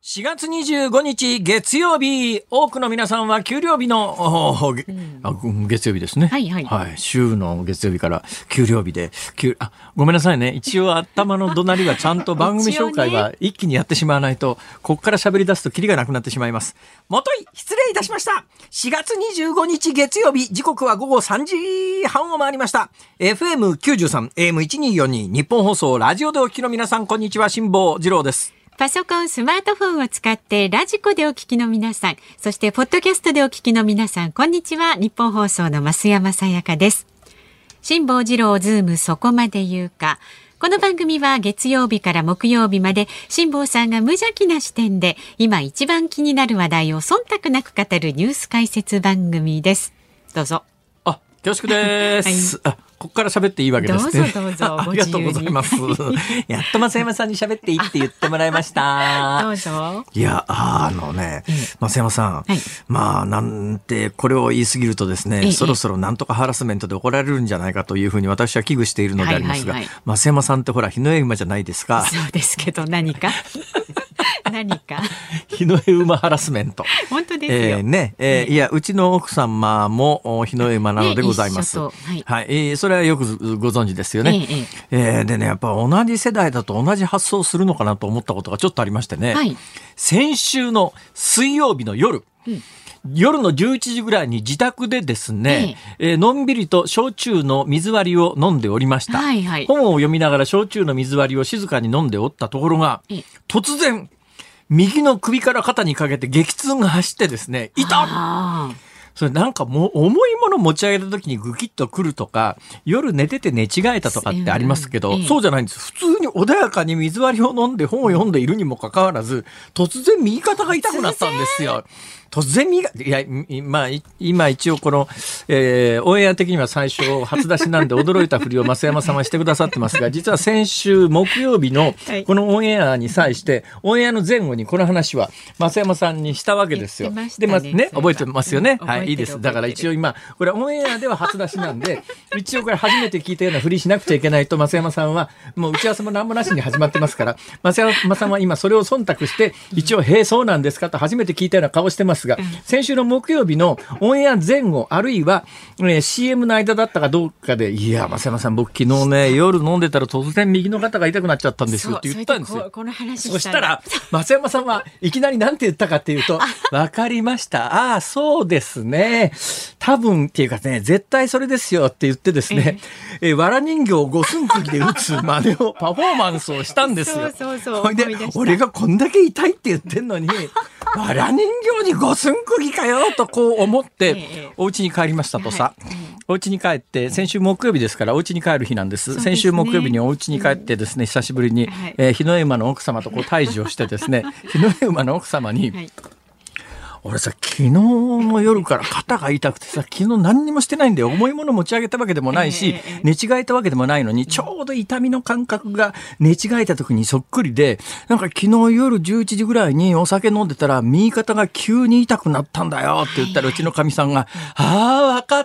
4月25日月曜日、多くの皆さんは給料日の、月曜日ですね。はいはい。はい。週の月曜日から給料日で、ごめんなさいね。一応頭の怒鳴りはちゃんと番組紹介は一気にやってしまわないと、ここから喋り出すとキリがなくなってしまいます。もとい、失礼いたしました。4月25日月曜日、時刻は午後3時半を回りました。FM93、AM1242、日本放送、ラジオでお聞きの皆さん、こんにちは、辛坊治郎です。 パソコン、スマートフォンを使ってラジコでお聞きの皆さん、そしてポッドキャストでお聞きの皆さん、こんにちは。日本放送の増山さやかです。辛坊治郎ズームそこまで言うか。この番組は月曜日から木曜日まで辛坊さんが無邪気な視点で今一番気になる話題を忖度なく語るニュース解説番組です。どうぞ。 恐縮です。はい、ここから喋っていいわけですね。 どうぞありがとうございます。やっと増山さんに喋っていいって言ってもらいました。 どうぞ。 いや、増山さん、はい、なんてこれを言い過ぎるとですね、そろそろなんとかハラスメントで怒られるんじゃないかというふうに私は危惧しているのでありますが、増山さんってほら日の絵馬じゃないですか。 そうですけど何か日の絵馬ハラスメント。 本当ですよ。 いや、うちの奥様も日の絵馬なのでございます。はい、それはよくご存知ですよね。でね、やっぱ同じ世代だと同じ発想するのかなと思ったことがちょっとありましてね。はい、先週の水曜日の夜。夜の11時ぐらいに自宅でですね、のんびりと焼酎の水割りを飲んでおりました。はいはい、本を読みながら焼酎の水割りを静かに飲んでおったところが、突然、右の首から肩にかけて激痛が走ってですね、痛っ！それなんかもう重いもの持ち上げた時にグキッとくるとか、夜寝てて寝違えたとかってありますけど、そうじゃないんです。普通に穏やかに水割りを飲んで本を読んでいるにもかかわらず、突然右肩が痛くなったんですよ。突然今一応この、オンエア的には最初初出しなんで驚いたふりを増山さんはしてくださってますが、実は先週木曜日のこのオンエアに際して、オンエアの前後にこの話は増山さんにしたわけですよ。で、覚えてますよね。はい、いいです。だから一応今、これオンエアでは初出しなんで、一応これ初めて聞いたようなふりしなくちゃいけないと、増山さんはもう打ち合わせも何もなしに始まってますから、増山さんは今それを忖度して、一応、そうなんですかと初めて聞いたような顔してますが、先週の木曜日のオンエア前後あるいは、CM の間だったかどうかで、いや増山さん僕昨日ね夜飲んでたら突然右の肩が痛くなっちゃったんですよって言ったんですよ。そしたら増山さんはいきなりなんて言ったかっていうとわかりました、そうですね、多分っていうかね絶対それですよって言ってですね、わら人形を五寸釘で打つ真似をパフォーマンスをしたんですよ。それで俺がこんだけ痛いって言ってんのにわら人形に五寸釘かよとこう思ってお家に帰りましたとさ、お家に帰って先週木曜日ですからお家に帰る日なんです。先週木曜日にお家に帰ってですね、久しぶりに、日の絵馬の奥様とこう対峙をしてですね日の絵馬の奥様に、俺さ昨日の夜から肩が痛くてさ、昨日何にもしてないんだよ、重いもの持ち上げたわけでもないし、寝違えたわけでもないのに、ちょうど痛みの感覚が寝違えた時にそっくりで、なんか昨日夜11時ぐらいにお酒飲んでたら右肩が急に痛くなったんだよって言ったら、うちのかみさんがわかった、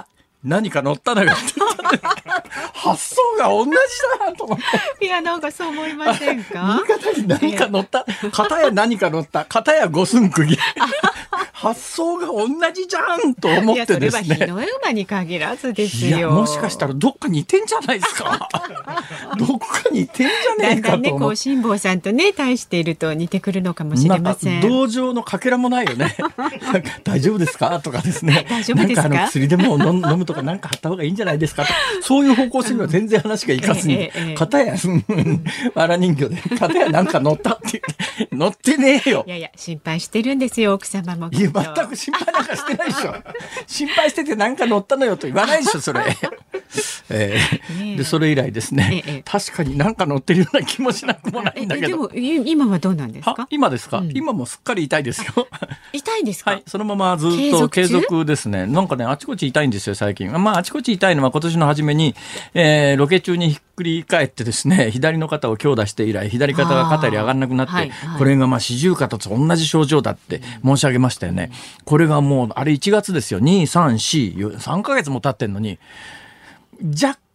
何か乗ったのよって言ったんだ発想が同じだなと思って。 いや、なんかそう思いませんか？ 右肩に何か乗った、片や何か乗った、片や五寸釘発想が同じじゃんと思ってですね。 いや、それは日の絵馬に限らずですよ。 いや、もしかしたらどっか似てんじゃないですかどっか似てんじゃねえかと思って。だんだんね、 こう辛坊さんとね対していると似てくるのかもしれません。 同情のかけらもないよね大丈夫ですかとかですね、 大丈夫ですか、 なんか薬でも飲むとかなんか貼った方がいいんじゃないですかと、そういう方向性には全然話がいかずに、片やわら人形で片やなんか乗ったって言って乗ってねえよ。 いや心配してるんですよ奥様も。 いや全く心配なんかしてないでしょ心配しててなんか乗ったのよと言わないでしょそれでそれ以来ですね、確かになんか乗ってるような気もしなくもないんだけど。 でも今はどうなんですか？ 今ですか、今もすっかり痛いですよ痛いんですか？ はい、そのままずっと継続ですね。なんかねあちこち痛いんですよ最近。あちこち痛いのは今年の初めに、ロケ中にひっくり返ってですね、左の肩を強打して以来左肩が肩より上がらなくなって、これが四十肩と同じ症状だって申し上げましたよね。これがもうあれ1月ですよ。2、3、4、3ヶ月も経ってんのに若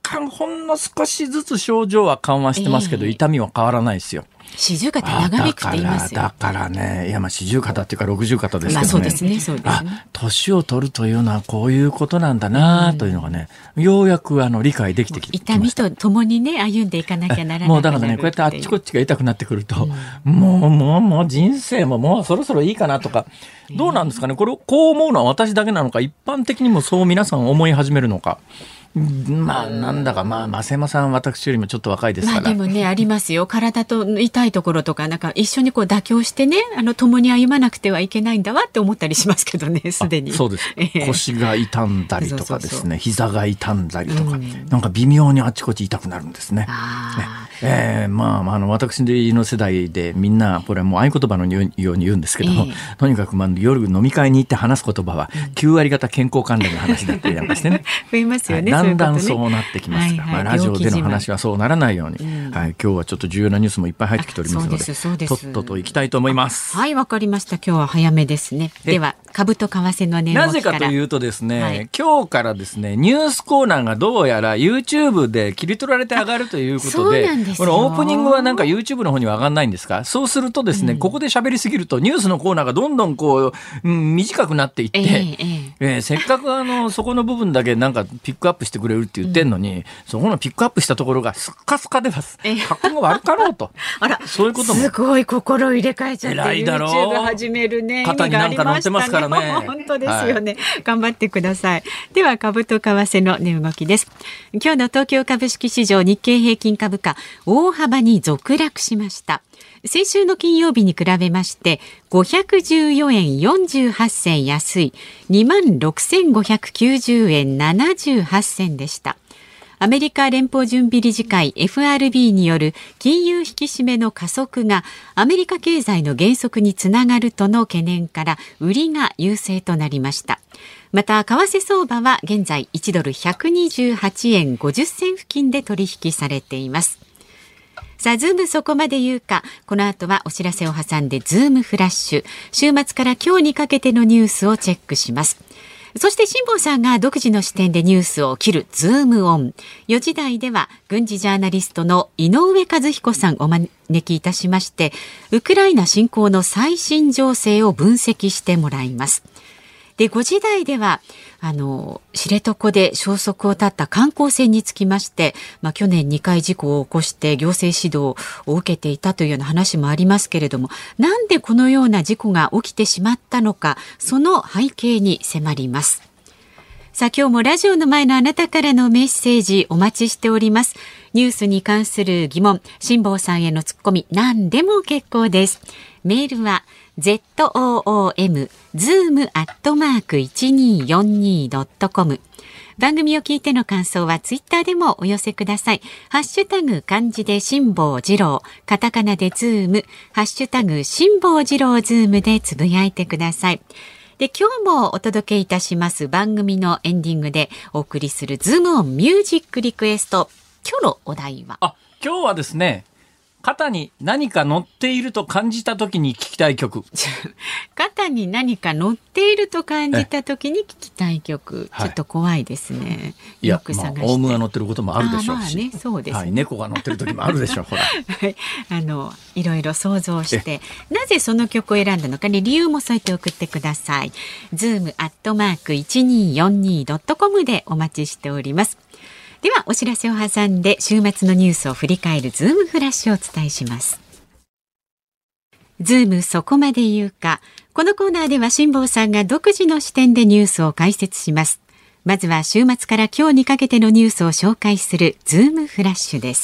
干ほんの少しずつ症状は緩和してますけど、痛みは変わらないですよ。 四十肩長引くって言いますよ。 だからね、いや、四十肩っていうか60肩ですけどね。 そうですね、そうですね。 年を取るというのはこういうことなんだなというのがね、ようやく理解できてきました。 痛みとともにね、歩んでいかなきゃならない。 もうだからね、こうやってあっちこっちが痛くなってくると、もう人生もうそろそろいいかなとか、どうなんですかね、こう思うのは私だけなのか、一般的にもそう皆さん思い始めるのか。なんだか増山さん私よりもちょっと若いですから。 でもね、ありますよ。体と痛いところとか、なんか一緒に妥協してね、共に歩まなくてはいけないんだわって思ったりしますけどね、すでに。 そうです。腰が痛んだりとかですね、膝が痛んだりとか、なんか微妙にあちこち痛くなるんですね。私の世代でみんなこれもう合言葉のように言うんですけども、とにかく夜飲み会に行って話す言葉は9割方健康関連の話だったりなんかしてね。 増えますよね。 だんだんそうなってきますが、ラジオでの話はそうならないように、今日はちょっと重要なニュースもいっぱい入ってきておりますので、とっとと行きたいと思います。 はい、わかりました。今日は早めですね。では株と為替の値動きから。 なぜかというとですね、今日からですね、ニュースコーナーがどうやら YouTube で切り取られて上がるということで、このオープニングはなんか YouTube の方には上がんないんですか。そうするとですね、ここで喋りすぎるとニュースのコーナーがどんどん短くなっていって、せっかくそこの部分だけなんかピックアップしてくれるって言ってんのに、そこのピックアップしたところがスッカスカで格好が悪かろうと。そういうことも。 すごい心を入れ替えちゃって、 偉いだろう。 YouTube 始めるね。 肩になんか乗ってますからね。 本当ですよね。頑張ってください。では株と為替の値動きです。今日の東京株式市場、日経平均株価大幅に続落しました。先週の金曜日に比べまして514円48銭安い 26,590 円78銭でした。アメリカ連邦準備理事会 FRB による金融引き締めの加速がアメリカ経済の減速につながるとの懸念から売りが優勢となりました。また為替相場は現在1ドル128円50銭付近で取引されています。さあ、ズームそこまで言うか。この後はお知らせを挟んでズームフラッシュ。週末から今日にかけてのニュースをチェックします。そして辛坊さんが独自の視点でニュースを切るズームオン。4時台では軍事ジャーナリストの井上和彦さんをお招きいたしまして、ウクライナ侵攻の最新情勢を分析してもらいます。で、5時台では知床で消息を絶った観光船につきまして、去年2回事故を起こして行政指導を受けていたというような話もありますけれども、なんでこのような事故が起きてしまったのか、その背景に迫ります。さあ、今日もラジオの前のあなたからのメッセージお待ちしております。ニュースに関する疑問、辛坊さんへのツッコミ、何でも結構です。メールはzoom@1242.com。番組を聞いての感想はツイッターでもお寄せください。ハッシュタグ漢字で辛坊治郎、カタカナでズーム、ハッシュタグ辛坊治郎ズームでつぶやいてください。で、今日もお届けいたします番組のエンディングでお送りするズームオンミュージックリクエスト。今日のお題は、 今日はですね、肩に何か乗っていると感じた時に聞きたい曲。 肩に何か乗っていると感じた時に聞きたい曲、ちょっと怖いですね。よく探して。 オウムが乗ってることもあるでしょうし、 ね、そうですね。 猫が乗ってる時もあるでしょう。ほら、 いろいろ想像して、なぜその曲を選んだのかね、理由も添えて送ってください。zoom@1242.com でお待ちしております。ではお知らせを挟んで週末のニュースを振り返るズームフラッシュをお伝えします。ズームそこまで言うか。このコーナーでは辛坊さんが独自の視点でニュースを解説します。まずは週末から今日にかけてのニュースを紹介するズームフラッシュです。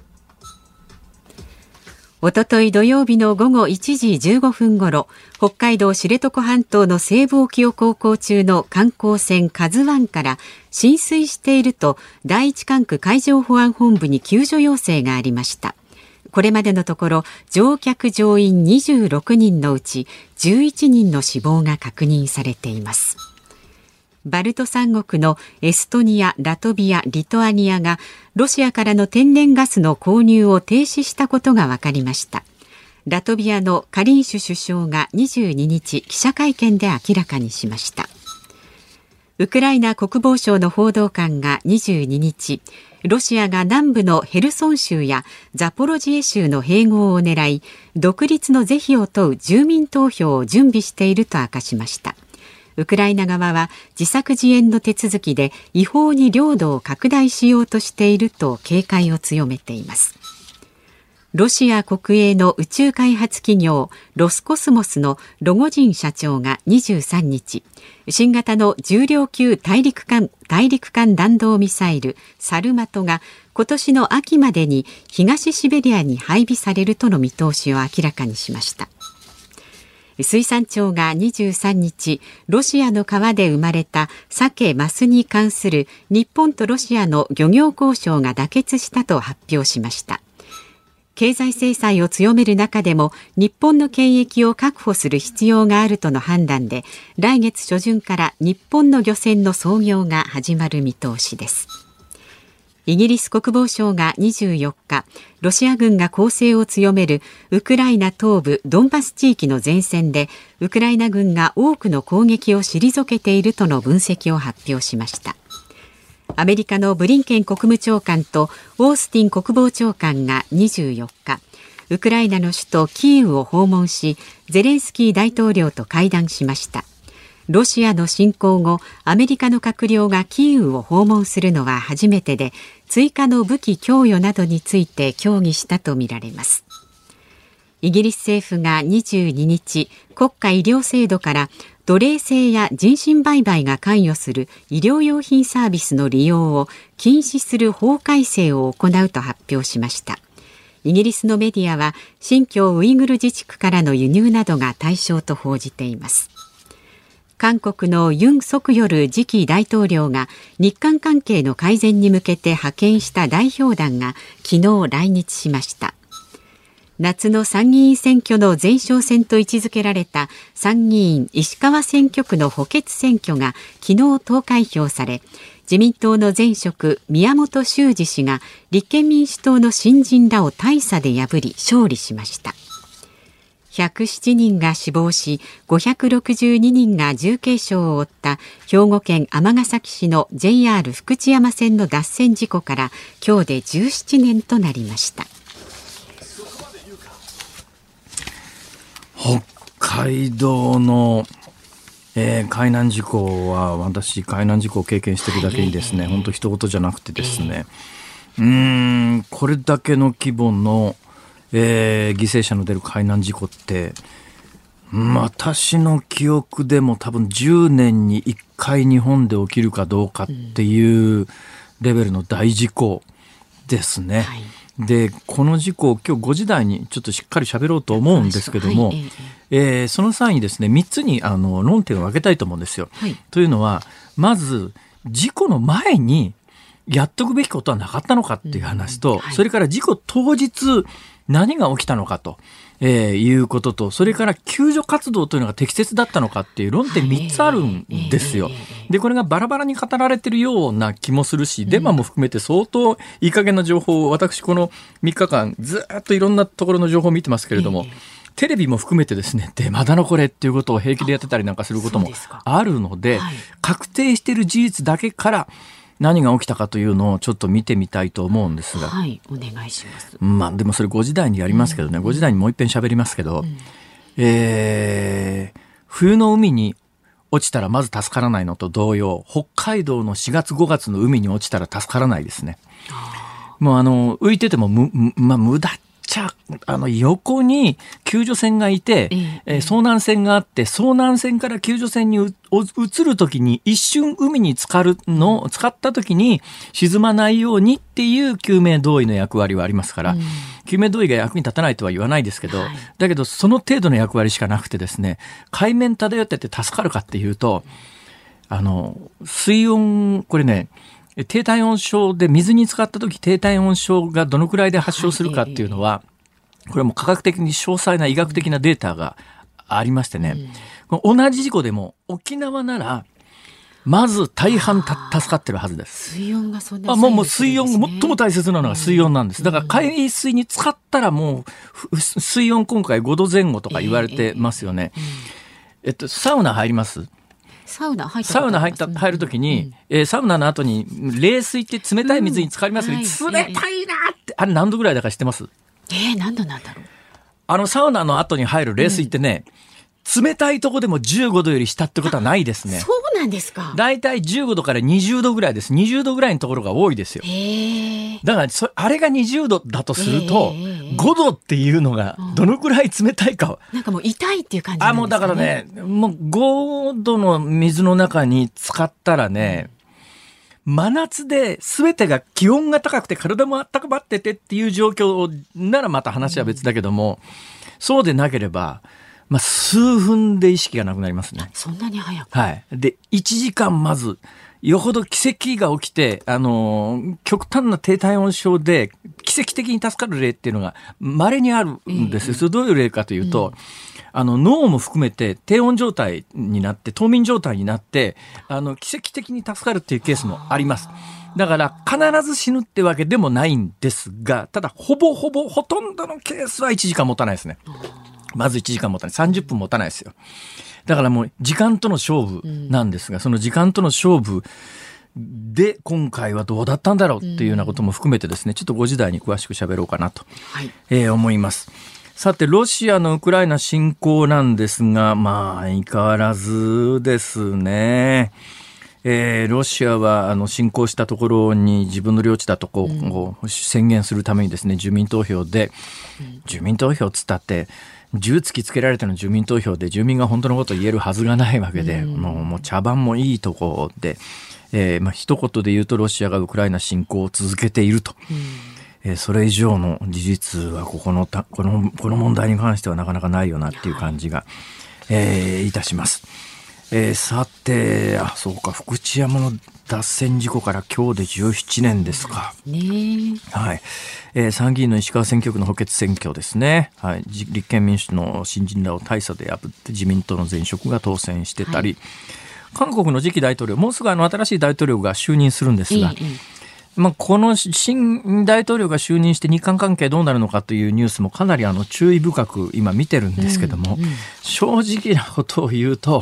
おととい土曜日の午後1時15分ごろ、北海道知床半島の西部沖を航行中の観光船カズワンから浸水していると第一管区海上保安本部に救助要請がありました。これまでのところ乗客乗員26人のうち11人の死亡が確認されています。バルト三国のエストニア、ラトビア、リトアニアがロシアからの天然ガスの購入を停止したことが分かりました。ラトビアのカリンシュ首相が22日記者会見で明らかにしました。 ウクライナ国防省の報道官が22日、ロシアが南部のヘルソン州やザポロジエ州の併合を狙い、独立の是非を問う住民投票を準備していると明かしました。ウクライナ側は自作自演の手続きで違法に領土を拡大しようとしていると警戒を強めています。ロシア国営の宇宙開発企業ロスコスモスのロゴジン社長が23日、新型の重量級大陸間弾道ミサイルサルマトが今年の秋までに東シベリアに配備されるとの見通しを明らかにしました。水産庁が23日、ロシアの川で生まれたサケ・マスに関する日本とロシアの漁業交渉が妥結したと発表しました。経済制裁を強める中でも日本の権益を確保する必要があるとの判断で、来月初旬から日本の漁船の操業が始まる見通しです。イギリス国防省が24日、ロシア軍が攻勢を強めるウクライナ東部ドンバス地域の前線で、ウクライナ軍が多くの攻撃を退けているとの分析を発表しました。アメリカのブリンケン国務長官とオースティン国防長官が24日、ウクライナの首都キーウを訪問し、ゼレンスキー大統領と会談しました。ロシアの侵攻後、アメリカの閣僚がキーウを訪問するのは初めてで、追加の武器供与などについて協議したとみられます。イギリス政府が22日、国家医療制度から奴隷制や人身売買が関与する医療用品サービスの利用を禁止する法改正を行うと発表しました。イギリスのメディアは新疆ウイグル自治区からの輸入などが対象と報じています。韓国のユン・ソクヨル次期大統領が日韓関係の改善に向けて派遣した代表団が昨日来日しました。夏の参議院選挙の前哨戦と位置づけられた参議院石川選挙区の補欠選挙が昨日投開票され、自民党の前職宮本周司氏が立憲民主党の新人らを大差で破り勝利しました。107人が死亡し、562人が重軽傷を負った兵庫県尼崎市の JR 福知山線の脱線事故から今日で17年となりました。 北海道の、海難事故は、私海難事故を経験しているだけにですね、本当一言じゃなくてですね、これだけの規模の、犠牲者の出る海難事故って、私の記憶でも多分10年に1回日本で起きるかどうかっていうレベルの大事故ですね。でこの事故を今日5時台にちょっとしっかり喋ろうと思うんですけども、その際にですね3つに論点を分けたいと思うんですよ。というのは、まず事故の前にやっとくべきことはなかったのかっていう話と、それから事故当日何が起きたのかと、いうことと、それから救助活動というのが適切だったのかっていう論点3つあるんですよ。でこれがバラバラに語られているような気もするし、デマも含めて相当いい加減な情報を、私この3日間ずっといろんなところの情報を見てますけれども、テレビも含めてですね、デマだのこれっていうことを平気でやってたりなんかすることもあるので、確定している事実だけから何が起きたかというのをちょっと見てみたいと思うんですが、 お願いします。 でもそれ5時台にやりますけどね、5時台にもう一遍喋りますけど、冬の海に落ちたらまず助からないのと同様、北海道の4月5月の海に落ちたら助からないですね。もう浮いてても無駄っちゃ、横に救助船がいて、遭難船があって、遭難船から救助船に移るときに一瞬海に浸かったときに沈まないようにっていう救命胴衣の役割はありますから、救命胴衣が役に立たないとは言わないですけど、だけどその程度の役割しかなくてですね、海面漂ってて助かるかっていうと、水温、これね、低体温症で水に浸かった時低体温症がどのくらいで発症するかっていうのは、これも科学的に詳細な医学的なデータがありましてね、同じ事故でも沖縄ならまず大半助かってるはずです。 水温がそんなに、 もう水温、最も大切なのが水温なんです。だから海水に浸かったらもう水温今回5度前後とか言われてますよね。サウナ入ります？ サウナ入るときに、サウナの後に冷水って冷たい水に浸かりますね、冷たいなって、あれ何度ぐらいだか知ってます？ 何度なんだろう。 サウナの後に入る冷水ってね、冷たいとこでも15度より下ってことはないですね。 そうなんですか。 だいたい15度から20度ぐらいです。20度ぐらいのところが多いですよ。だからあれが20度だとすると、5度っていうのがどのくらい冷たいか、 なんかもう痛いっていう感じなんですかね。 もうだからね、もう5度の水の中に浸かったらね、真夏で全てが気温が高くて体も温まっててっていう状況ならまた話は別だけども、そうでなければ、数分で意識がなくなりますね。 そんなに早く。 はい。で、1時間まず、よほど奇跡が起きて、極端な低体温症で奇跡的に助かる例っていうのが稀にあるんですよ。それどういう例かというと、脳も含めて低温状態になって、冬眠状態になって、奇跡的に助かるっていうケースもあります。だから必ず死ぬってわけでもないんですが、ただほとんどのケースは1時間持たないですね。まず1時間持たない。30分持たないですよ。だからもう時間との勝負なんですが、その時間との勝負で今回はどうだったんだろうっていうようなことも含めてですね、ちょっと5時台に詳しく喋ろうかなと、思います。さて、ロシアのウクライナ侵攻なんですが、相変わらずですね。ロシアは侵攻したところに自分の領地だと宣言するためにですね、住民投票っつったって銃突きつけられての住民投票で住民が本当のことを言えるはずがないわけで、もう茶番もいいとこで、一言で言うとロシアがウクライナ侵攻を続けていると、それ以上の事実はこの問題に関してはなかなかないよなっていう感じが、いたします。さて、そうか、福知山の脱線事故から今日で17年ですか。はい。参議院の石川選挙区の補欠選挙ですね。はい。立憲民主の新人らを大差で破って自民党の前職が当選してたり、韓国の次期大統領、もうすぐ新しい大統領が就任するんですが、この新大統領が就任して日韓関係どうなるのかというニュースもかなり注意深く今見てるんですけども、正直なことを言うと、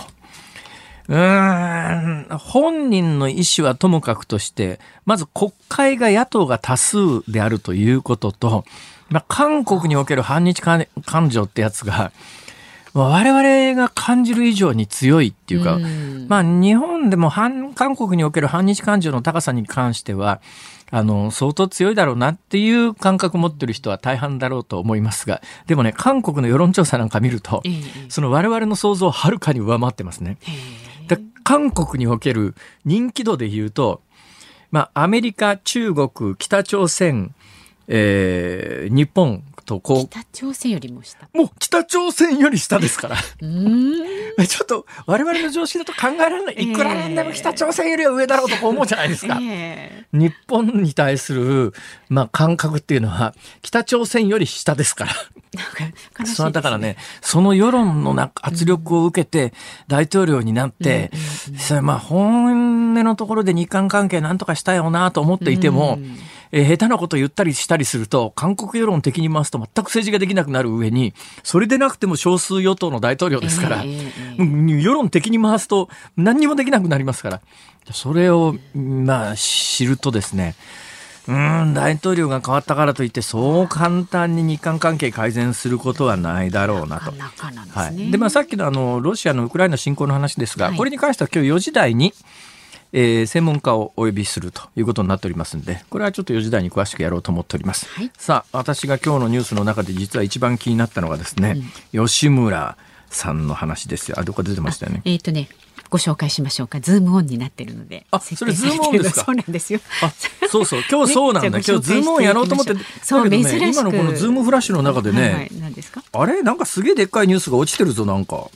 本人の意思はともかくとして、まず国会が野党が多数であるということと、韓国における反日感情ってやつが、我々が感じる以上に強いっていうか、日本でも韓国における反日感情の高さに関しては、相当強いだろうなっていう感覚を持ってる人は大半だろうと思いますが、でもね、韓国の世論調査なんか見ると、その我々の想像をはるかに上回ってますね。韓国における人気度で言うと、アメリカ、中国、北朝鮮、日本と北朝鮮よりも下。 もう北朝鮮より下ですから。ちょっと我々の常識だと考えられない。いくらなんでも北朝鮮よりは上だろうと思うじゃないですか。日本に対する、感覚っていうのは北朝鮮より下ですから。だからね、その世論の圧力を受けて大統領になって、本音のところで日韓関係なんとかしたよなと思っていても、下手なこと言ったりしたりすると韓国世論的に回すと全く政治ができなくなる上に、それでなくても少数与党の大統領ですから、世論的に回すと何にもできなくなりますから、それを知るとですね、大統領が変わったからといってそう簡単に日韓関係改善することはないだろうなと。で、さっきのロシアのウクライナ侵攻の話ですが、これに関しては今日4時台に専門家をお呼びするということになっておりますので、これはちょっと4時台に詳しくやろうと思っております。さあ、私が今日のニュースの中で実は一番気になったのがですね、吉村さんの話ですよ。どこか出てましたよね。 ご紹介しましょうか。ズームオンになってるので。 それズームオンですか。 そうなんですよ。 そう今日そうなんだ。今日ズームオンやろうと思って。 そう、珍しく。 今のこのズームフラッシュの中でね、 何ですか。 なんかすげえでっかいニュースが落ちてるぞ、なんか。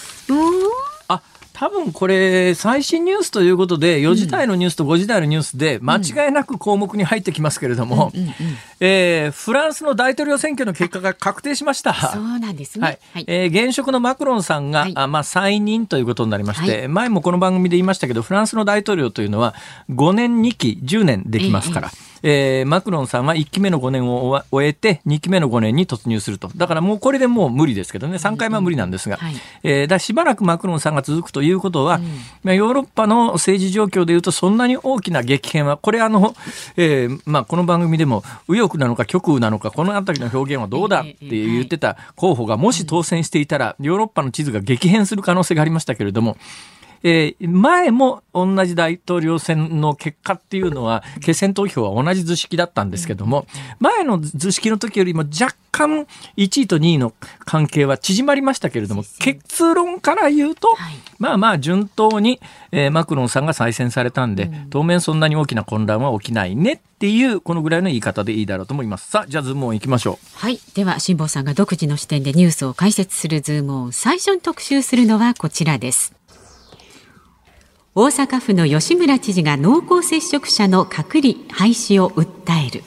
多分これ最新ニュースということで4時台のニュースと5時台のニュースで間違いなく項目に入ってきますけれども、 フランスの大統領選挙の結果が確定しました。 そうなんですね。 現職のマクロンさんが、再任ということになりまして、前もこの番組で言いましたけど、フランスの大統領というのは5年2期10年できますから、マクロンさんは1期目の5年を終えて2期目の5年に突入すると。だからもうこれでもう無理ですけどね、3回目は無理なんですが、だしばらくマクロンさんが続くということは、ヨーロッパの政治状況でいうとそんなに大きな激変は、これこの番組でも右翼なのか極右なのか、このあたりの表現はどうだって言ってた候補がもし当選していたら、ヨーロッパの地図が激変する可能性がありましたけれども、前も同じ大統領選の結果っていうのは、決選投票は同じ図式だったんですけども、前の図式の時よりも若干1位と2位の関係は縮まりましたけれども、結論から言うと、順当に、マクロンさんが再選されたんで、当面そんなに大きな混乱は起きないねっていう、このぐらいの言い方でいいだろうと思います。さあ、じゃあズームオン行きましょう。 はい。では、辛坊さんが独自の視点でニュースを解説するズームオン。最初に特集するのはこちらです。大阪府の吉村知事が濃厚接触者の隔離廃止を訴える。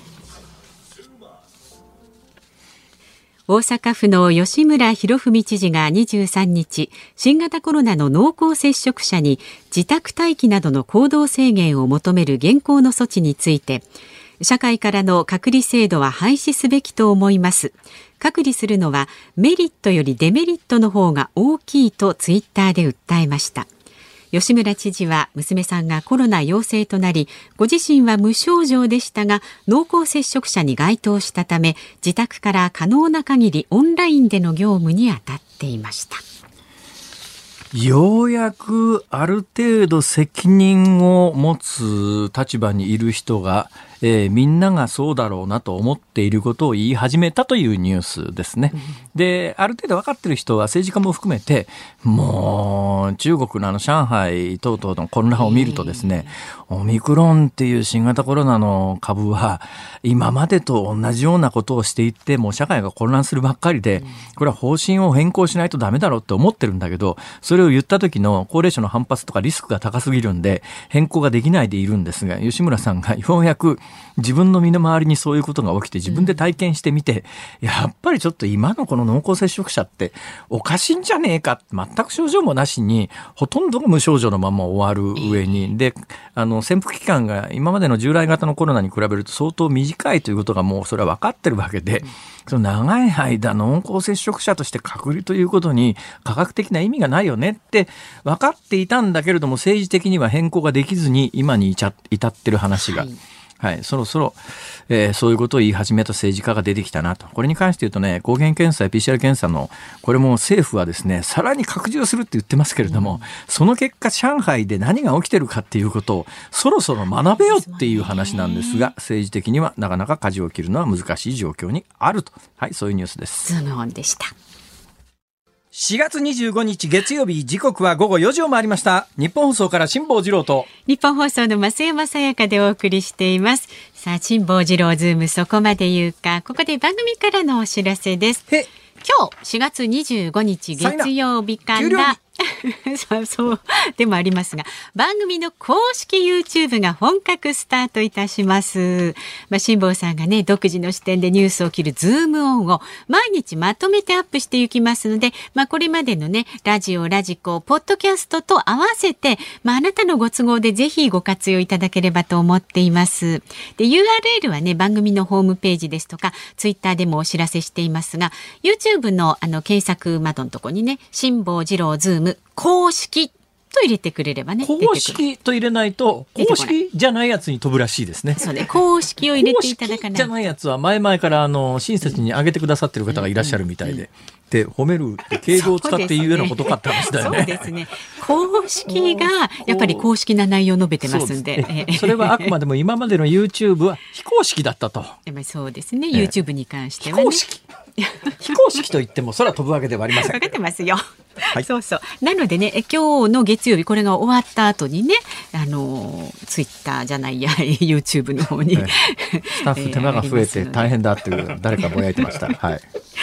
大阪府の吉村洋文知事が23日、新型コロナの濃厚接触者に自宅待機などの行動制限を求める現行の措置について、社会からの隔離制度は廃止すべきと思います。隔離するのはメリットよりデメリットの方が大きいとツイッターで訴えました。吉村知事は娘さんがコロナ陽性となり、ご自身は無症状でしたが濃厚接触者に該当したため、自宅から可能な限りオンラインでの業務に当たっていました。 ようやくある程度責任を持つ立場にいる人が、みんながそうだろうなと思っていることを言い始めたというニュースですね。で、ある程度分かっている人は政治家も含めて、もう中国の上海等々の混乱を見るとですね、オミクロンっていう新型コロナの株は今までと同じようなことをしていって、もう社会が混乱するばっかりで、これは方針を変更しないとダメだろうって思ってるんだけど、それを言った時の高齢者の反発とかリスクが高すぎるんで変更ができないでいるんですが、吉村さんがようやく自分の身の回りにそういうことが起きて自分で体験してみて、やっぱりちょっと今のこの濃厚接触者っておかしいんじゃねえか、全く症状もなしにほとんどが無症状のまま終わる上に、で潜伏期間が今までの従来型のコロナに比べると相当短いということがもうそれは分かってるわけで、その長い間濃厚接触者として隔離ということに科学的な意味がないよねって分かっていたんだけれども、政治的には変更ができずに今に至ってる話が、そろそろ、そういうことを言い始めた政治家が出てきたなと。これに関して言うとね、抗原検査や PCR 検査のこれも政府はですね、さらに拡充するって言ってますけれども、その結果上海で何が起きてるかっていうことをそろそろ学べよっていう話なんですが、政治的にはなかなか舵を切るのは難しい状況にあると。そういうニュースです。 ズームオンでした。 4月25日月曜日、時刻は午後4時を回りました。日本放送から辛坊治郎と日本放送の増山さやかでお送りしています。さあ、辛坊治郎ズームそこまで言うか。ここで番組からのお知らせです。今日4月25日月曜日からそうでもありますが、番組の公式 YouTube が本格スタートいたします。辛坊さんがね、独自の視点でニュースを切るズームオンを毎日まとめてアップしていきますので、これまでのね、ラジオ、ラジコ、ポッドキャストと合わせて、あなたのご都合でぜひご活用いただければと思っています。で、URL はね、番組のホームページですとか、Twitter でもお知らせしていますが、YouTube の検索窓のところにね、辛坊治郎ズーム公式と入れてくれればね、 公式と入れないと公式じゃないやつに飛ぶらしいですね。 そうね、公式を入れていただかないと。公式じゃないやつは前々から親切に上げてくださってる方がいらっしゃるみたいで、で褒めるって敬語を使って言うようなことかって話だよね。 そうですね。公式がやっぱり公式な内容を述べてますんで、 それはあくまでも今までの YouTube は非公式だったと。 そうですね。YouTube に関してはね。 非公式と言っても空飛ぶわけではありません。 分かってますよ。そうそう。なのでね、今日の月曜日これが終わった後にね、ツイッターじゃないや YouTube の方に、 スタッフ手間が増えて大変だっていう誰かぼやいてました。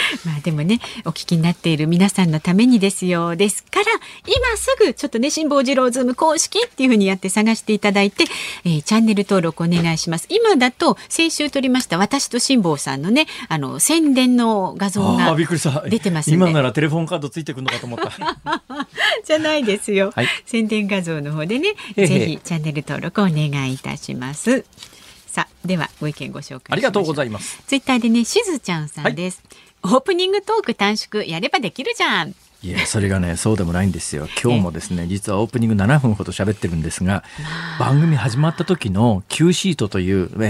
まあでもね、お聞きになっている皆さんのためにですよ。ですから今すぐちょっとね、辛坊治郎ズーム公式っていう風にやって探していただいて、チャンネル登録お願いします。今だと先週撮りました私と辛坊さんのね、宣伝の画像が出てますね。 今ならテレフォンカードついてくるのかと思ったじゃないですよ、 はい、 宣伝画像の方でね、ぜひチャンネル登録お願いいたします。さあ、ではご意見ご紹介しましょう。 ありがとうございます。 ツイッターでね、しずちゃんさんです、オープニングトーク短縮やればできるじゃん。 いや、それがね、そうでもないんですよ。今日もですね、実はオープニング7分ほど喋ってるんですが、番組始まった時の Q シートという、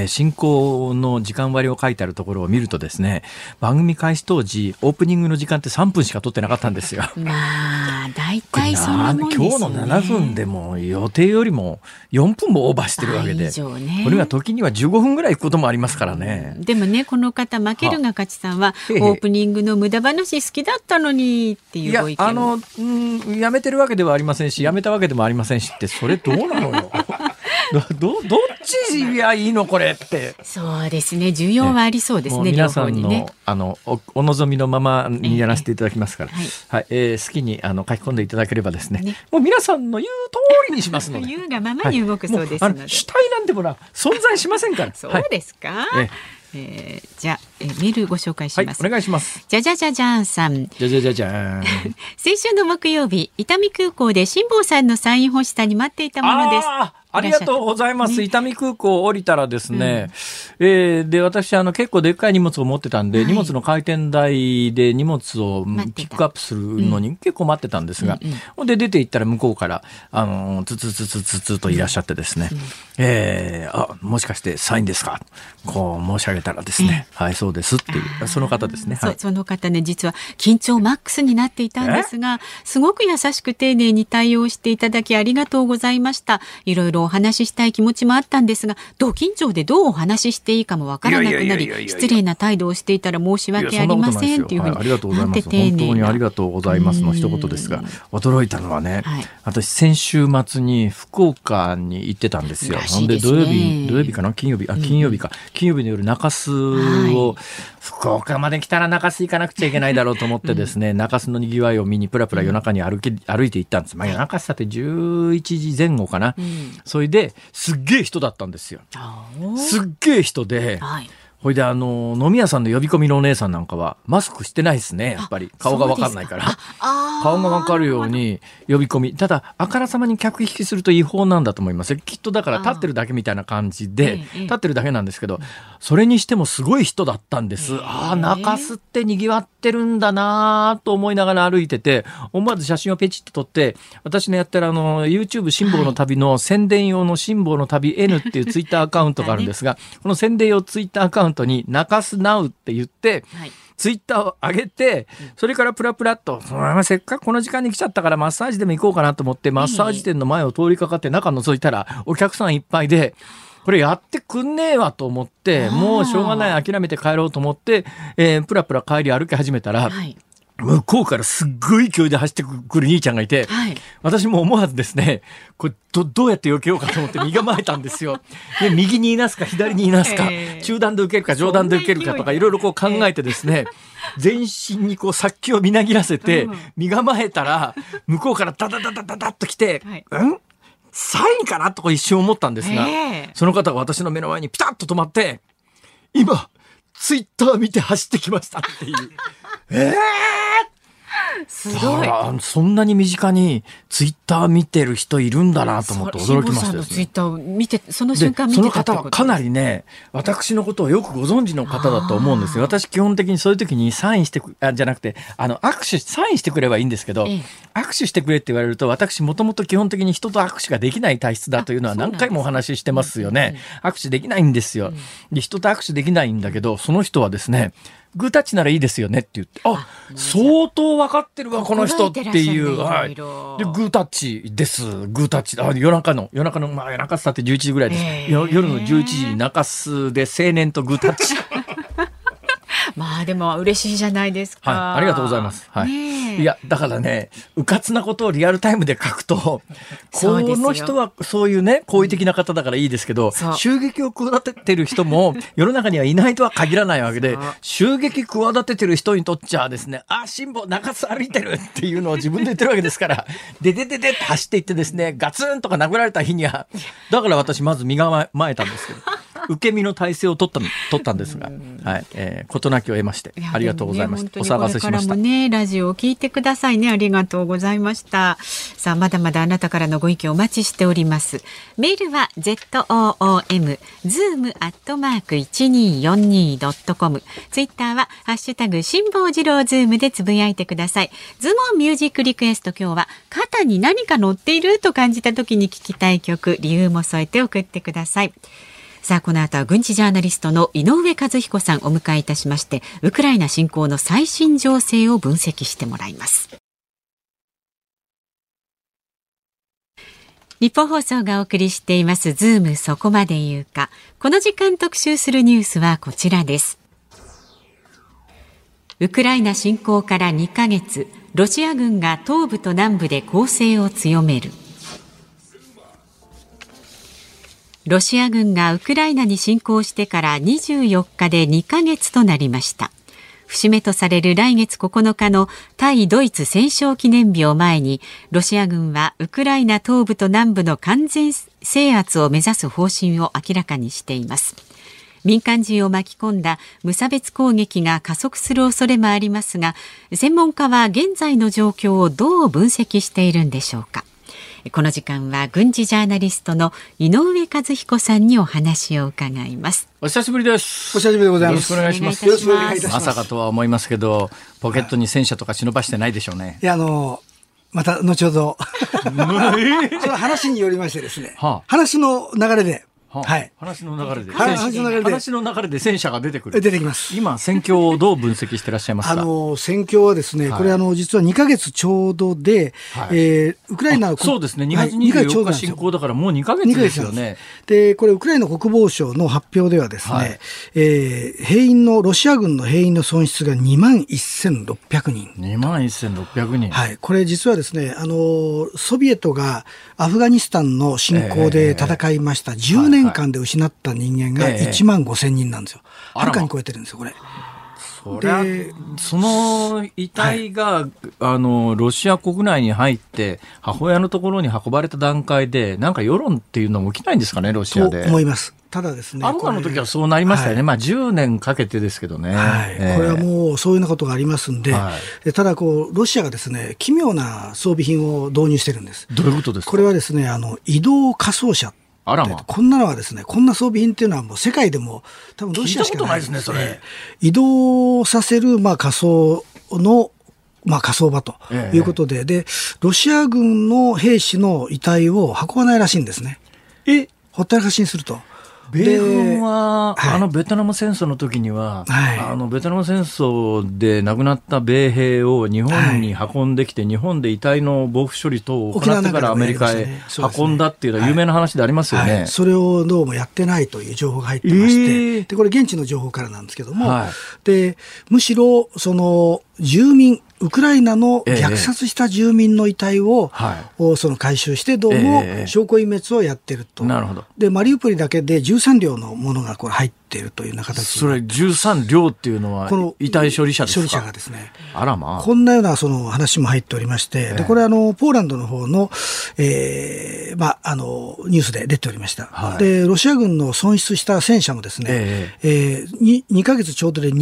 進行の時間割を書いてあるところを見るとですね、番組開始当時オープニングの時間って3分しか取ってなかったんですよ。 まあ大体そんなもんですよね。 今日の7分でも予定よりも4分もオーバーしてるわけで、これが時には15分ぐらい行くこともありますからね。 でもね、この方負けるが勝ちさんはオープニングの無駄話好きだったのにっていうご意見。 やめてるわけではありませんし、やめたわけでもありませんしって、それどうなのよどっちがいいのこれって。 そうですね、需要はありそうですね。 皆さんの、お望みのままにやらせていただきますから、好きに書き込んでいただければですね、もう皆さんの言う通りにしますので言うがままに動くそうですので、 主体なんてものは存在しませんから。 そうですか。じゃあ、メールご紹介します。 お願いします。 じゃじゃじゃじゃんさん。 じゃじゃじゃじゃん先週の木曜日、伊丹空港で辛坊さんのサイン欲しさに待っていたものです。 ありがとうございます。伊丹空港降りたらですね、で、私結構でっかい荷物を持ってたんで、荷物の回転台で荷物をピックアップするのに結構待ってたんですが、で出て行ったら向こうからツツツツツツといらっしゃってですね、もしかしてサインですか、こう申し上げたらですね、はいそうですっていうその方ですね。 その方ね、実は緊張マックスになっていたんですが、すごく優しく丁寧に対応していただきありがとうございました。いろいろお話ししたい気持ちもあったんですが、同緊張でどうお話ししていいかもわからなくなり、失礼な態度をしていたら申し訳ありませんっていうふうに、 ありがとうございます。本当にありがとうございますの一言ですが、驚いたのはね、私先週末に福岡に行ってたんですよ。なんで土曜日かな、金曜日の夜中洲を、福岡まで来たら中洲行かなくちゃいけないだろうと思ってですね、中洲のにぎわいを見にプラプラ夜中に歩いて行ったんです。夜中洲だって11時前後かな、それですっげえ人だったんですよ。すっげえ人で、ほいで飲み屋さんの呼び込みのお姉さんなんかはマスクしてないですね。やっぱり顔が分かんないから、顔が分かるように呼び込み。ただあからさまに客引きすると違法なんだと思います。きっとだから立ってるだけみたいな感じで立ってるだけなんですけど、それにしてもすごい人だったんです。中洲ってにぎわってるんだなと思いながら歩いてて、思わず写真をペチッと撮って、私のやってるYouTube 辛坊の旅の宣伝用の辛坊の旅 N っていうツイッターアカウントがあるんですが、この宣伝用ツイッターアカウントに中洲ナウって言って、ツイッターを上げて、それからプラプラっと、せっかくこの時間に来ちゃったからマッサージでも行こうかなと思って、マッサージ店の前を通りかかって中覗いたらお客さんいっぱいで、これやってくんねえわと思って、もうしょうがない諦めて帰ろうと思って プラプラ帰り歩き始めたら、向こうからすっごい勢いで走ってくる兄ちゃんがいて、私も思わずですね、これどうやって避けようかと思って身構えたんですよ。で、右にいなすか左にいなすか、中段で受けるか上段で受けるかとかいろいろこう考えてですね、全身にこう殺気をみなぎらせて身構えたら、向こうからダダダダダダッと来て、サインかなとか一瞬思ったんですが、その方が私の目の前にピタッと止まって、今ツイッター見て走ってきましたっていう。すごい。そんなに身近にツイッター見てる人いるんだなと思って驚きましたですね。 ツイッターを見て、その瞬間見てたってことです。 その方はかなりね、私のことをよくご存知の方だと思うんですよ。私基本的にそういう時にサインしてじゃなくてサインしてくればいいんですけど、握手してくれって言われると、私もともと基本的に人と握手ができない体質だというのは何回もお話ししてますよね。握手できないんですよ。で、人と握手できないんだけど、その人はですね、グータッチならいいですよねって言って、相当分かってるわこの人っていう、でグータッチです。グータッチ、夜中の夜中スターって11時ぐらいです、夜の11時に中洲で青年とグータッチまあでも嬉しいじゃないですか。 ありがとうございます。 いやだからね、うかつなことをリアルタイムで書くと、この人はそういうね好意的な方だからいいですけど、襲撃を企ててる人も世の中にはいないとは限らないわけで、襲撃企ててる人にとっちゃですね、辛抱中津歩いてるっていうのを自分で言ってるわけですから、でって走っていってですね、ガツンとか殴られた日には、だから私まず身構えたんですけど、受け身の体制を取ったんですが、はい、事なきを得ましてありがとうございました。お騒がせしました。 これからもね、ラジオを聞いてくださいね。ありがとうございました。さあ、まだまだあなたからのご意見お待ちしております。メールは zoom@1242.com、ツイッターはハッシュタグ辛坊治郎ズームでつぶやいてください。ズモンミュージックリクエスト、今日は肩に何か乗っていると感じた時に聞きたい曲、理由も添えて送ってください。さあ、この後は軍事ジャーナリストの井上和彦さんお迎えいたしまして、ウクライナ侵攻の最新情勢を分析してもらいます。日本放送がお送りしていますズームそこまで言うか。この時間特集するニュースはこちらです。ウクライナ侵攻から2ヶ月、ロシア軍が東部と南部で攻勢を強める。ロシア軍がウクライナに侵攻してから24日で2ヶ月となりました。節目とされる来月9日の対ドイツ戦勝記念日を前に、ロシア軍はウクライナ東部と南部の完全制圧を目指す方針を明らかにしています。民間人を巻き込んだ無差別攻撃が加速する恐れもありますが、専門家は現在の状況をどう分析しているんでしょうか。この時間は軍事ジャーナリストの井上和彦さんにお話を伺います。 お久しぶりです。 お久しぶりでございます。 よろしくお願いします。 よろしくお願いいたします。 まさかとは思いますけど、ポケットに戦車とか忍ばしてないでしょうね。 いや、また後ほどその話によりましてですね、話の流れで、はい、 話の流れで戦車が出てくる。 出てきます。 今戦況をどう分析していらっしゃいますか。 戦況はですね、これ実は2ヶ月ちょうどで、ウクライナのそうですね、2月24日侵攻だからもう2ヶ月ですよね。 でこれウクライナ国防省の発表ではですね、兵員のロシア軍の兵員の損失が21,600人。 21,600人。 はい、これ実はですね、ソビエトがアフガニスタンの侵攻で戦いました10年間で失った人間が15,000人なんですよ。はるかに超えてるんですよ、これ。 その遺体がロシア国内に入って母親のところに運ばれた段階で、なんか世論っていうのも起きないんですかね、ロシアで。 と思います。ただですね、 アフガンの時はそうなりましたよね。まあ10年かけてですけどね。 これはもうそういうようなことがありますんで、ただロシアがですね、奇妙な装備品を導入してるんです。 どういうことですか。 これはですね、移動火葬車。 あらま。 こんなのはですね、こんな装備品っていうのはもう世界でも多分ロシアしかないですね。 聞いたことないですね、それ。 移動させる火葬の火葬場ということで、でロシア軍の兵士の遺体を運ばないらしいんですね。ほったらかしにすると。 米軍はベトナム戦争の時には、ベトナム戦争で亡くなった米兵を日本に運んできて、日本で遺体の防腐処理等を行ってからアメリカへ運んだっていうのは有名な話でありますよね。 それをどうもやってないという情報が入ってまして、でこれ現地の情報からなんですけども、でむしろその住民、ウクライナの虐殺した住民の遺体を、その回収してどうも証拠隠滅をやってると。 なるほど。 でマリウポリだけで13両のものがこれ入っているというような形。 それ13両っていうのは遺体処理車ですか。 処理車がですね。 あらまあ。 こんなようなその話も入っておりまして、でこれポーランドの方の、ニュースで出ておりました。でロシア軍の損失した戦車もですね、2ヶ月ちょうどで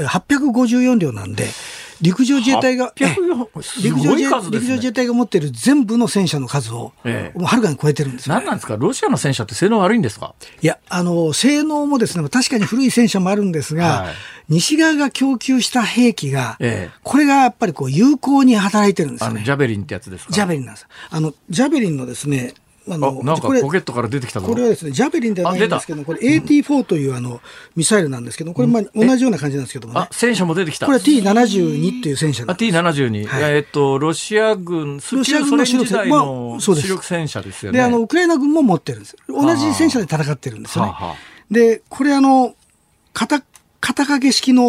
854両なんで。陸上自衛隊が持っている全部の戦車の数を、もうはるかに超えてるんですよ、 何なんですか。ロシアの戦車って性能悪いんですか。 いや、性能もですね、確かに古い戦車もあるんですが、西側が供給した兵器が、これがやっぱり有効に働いてるんですよね。 ジャベリンってやつですか。 ジャベリンなんです。ジャベリンのですね、 なんかポケットから出てきたぞ。 これはですね、ジャベリンではないんですけど、これ AT4 というミサイルなんですけど、これ同じような感じなんですけどもね。 戦車も出てきた。 これは T72 っていう戦車なんです。 T72。ロシア軍、旧ソ連時代の主力戦車ですよね。 で、ウクライナ軍も持ってるんです。同じ戦車で戦ってるんですよね。で、これ肩掛け式の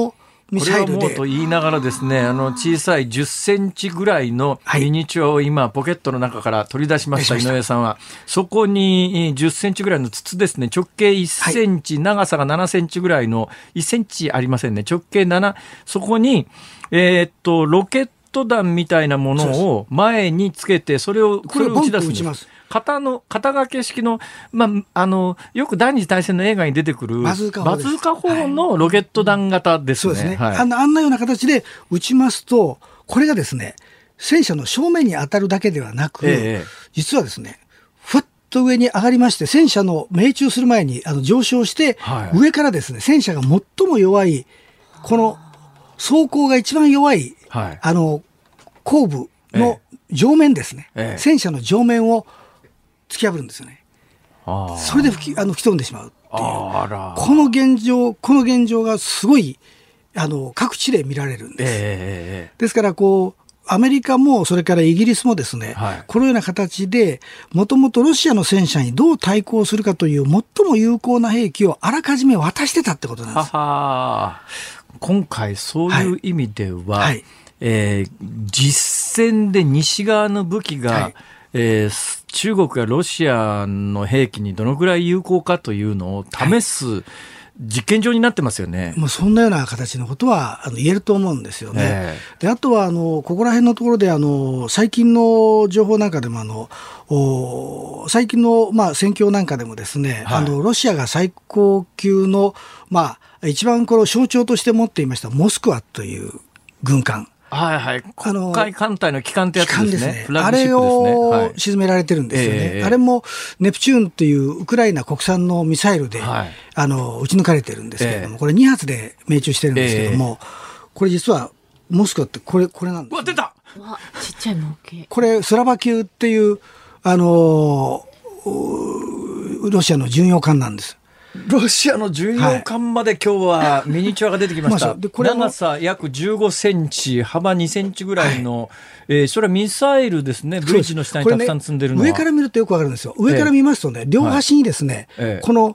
ミサイルで。 これはもうと言いながらですね、小さい10センチぐらいのミニチュアを今、ポケットの中から取り出しました、井上さんは。そこに10センチぐらいの筒ですね、直径1センチ、長さが7センチぐらいの、1センチありませんね、直径7、そこに、ロケット弾みたいなものを前につけて、それを打ち出すんです。肩掛け式の、よく第二次大戦の映画に出てくるバズーカ砲のロケット弾型ですね。 そうですね。あんなような形で撃ちますと、これがですね、戦車の正面に当たるだけではなく、実はですね、ふっと上に上がりまして、戦車の命中する前に上昇して、上からですね、戦車が最も弱い、この装甲が一番弱い、後部の上面ですね、戦車の上面を突き破るんですよね。それで吹き飛んでしまうっていう、この現状がすごい各地で見られるんです。ですからアメリカもそれからイギリスもですね、このような形でもともとロシアの戦車にどう対抗するかという最も有効な兵器をあらかじめ渡してたってことなんです。 今回そういう意味では、実戦で西側の武器が、中国やロシアの兵器にどのくらい有効かというのを試す実験場になってますよね。 もうそんなような形のことは言えると思うんですよね。であとはここら辺のところで最近の情報なんかでも最近の戦況なんかでもですね、ロシアが最高級の一番この象徴として持っていましたモスクワという軍艦。黒海艦隊の旗艦ってやつですね。 あれを沈められてるんですよね。あれもネプチューンっていうウクライナ国産のミサイルで、撃ち抜かれてるんですけれども、これ2発で命中してるんですけども、これ実はモスクワってこれなんです、ね。 出た。 ちっちゃい模型。 これスラバ級っていうロシアの巡洋艦なんです。 ロシアの巡洋艦まで今日はミニチュアが出てきました。長さ約15センチ、幅2センチぐらいの、それはミサイルですね。ブリッジの下にたくさん積んでるのは、 上から見るとよくわかるんですよ。上から見ますとね、両端にですね、この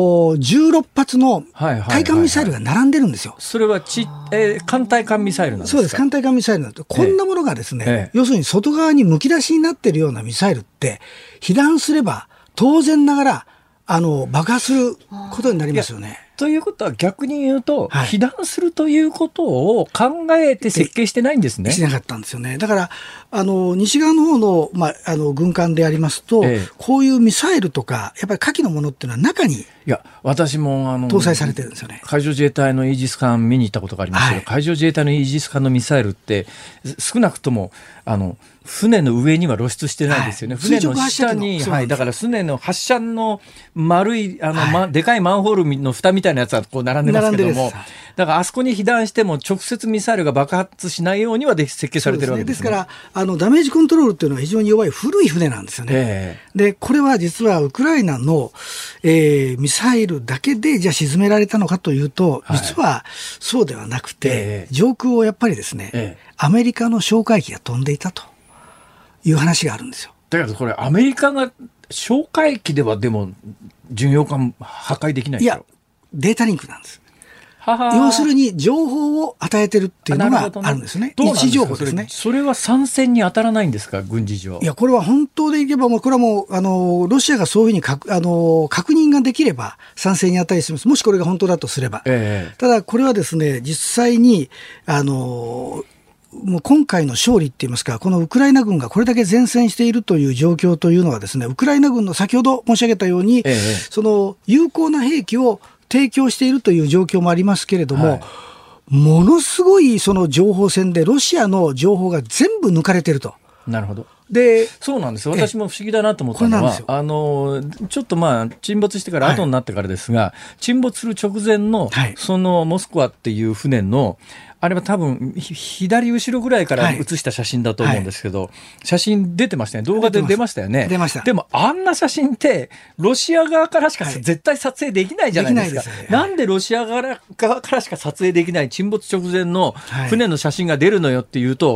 16発の対艦ミサイルが並んでるんですよ。 それは艦対艦ミサイルなんですか？ そうです。艦対艦ミサイルなんです。こんなものがですね、要するに外側にむき出しになっているようなミサイルって、被弾すれば当然ながら爆破することになりますよね。 ということは逆に言うと、被弾するということを考えて設計してないんですね。 しなかったんですよね。だから西側の方の、軍艦でありますと、こういうミサイルとかやっぱり火器のものっていうのは中に私も搭載されてるんですよね。 海上自衛隊のイージス艦見に行ったことがありますけど、海上自衛隊のイージス艦のミサイルって少なくとも船の上には露出してないですよね。船の下に、だから船の発射の丸いでかいマンホールの蓋みたいなやつはこう並んでますけども、だからあそこに被弾しても直接ミサイルが爆発しないようには設計されてるわけですね。 ですからダメージコントロールっていうのは非常に弱い古い船なんですよね。でこれは実はウクライナの、ミサイルだけでじゃあ沈められたのかというと、実はそうではなくて、上空をやっぱりですね、アメリカの哨戒機が飛んでいたという話があるんですよ。 だけどこれアメリカが哨戒機ではでも巡洋艦破壊できないでしょ。 いや、データリンクなんです。要するに情報を与えてるっていうのがあるんですね。位置情報ですね。 それは参戦に当たらないんですか、軍事上。 いや、これは本当でいけば、これはもうロシアがそういうふうに確認ができれば参戦に値します。もしこれが本当だとすれば。ただこれはですね、実際にもう今回の勝利って言いますか、このウクライナ軍がこれだけ善戦しているという状況というのはですね、ウクライナ軍の先ほど申し上げたように、その有効な兵器を提供しているという状況もありますけれども、ものすごいその情報戦でロシアの情報が全部抜かれていると。 なるほど。 でそうなんですよ。私も不思議だなと思ったのは、ちょっと沈没してから後になってからですが、沈没する直前の、そのモスクワっていう船のあれは多分左後ろぐらいから写した写真だと思うんですけど、写真出てましたね。動画で出ましたよね。 出ました。 でもあんな写真ってロシア側からしか絶対撮影できないじゃないですか。なんでロシア側からしか撮影できない沈没直前の船の写真が出るのよっていうと、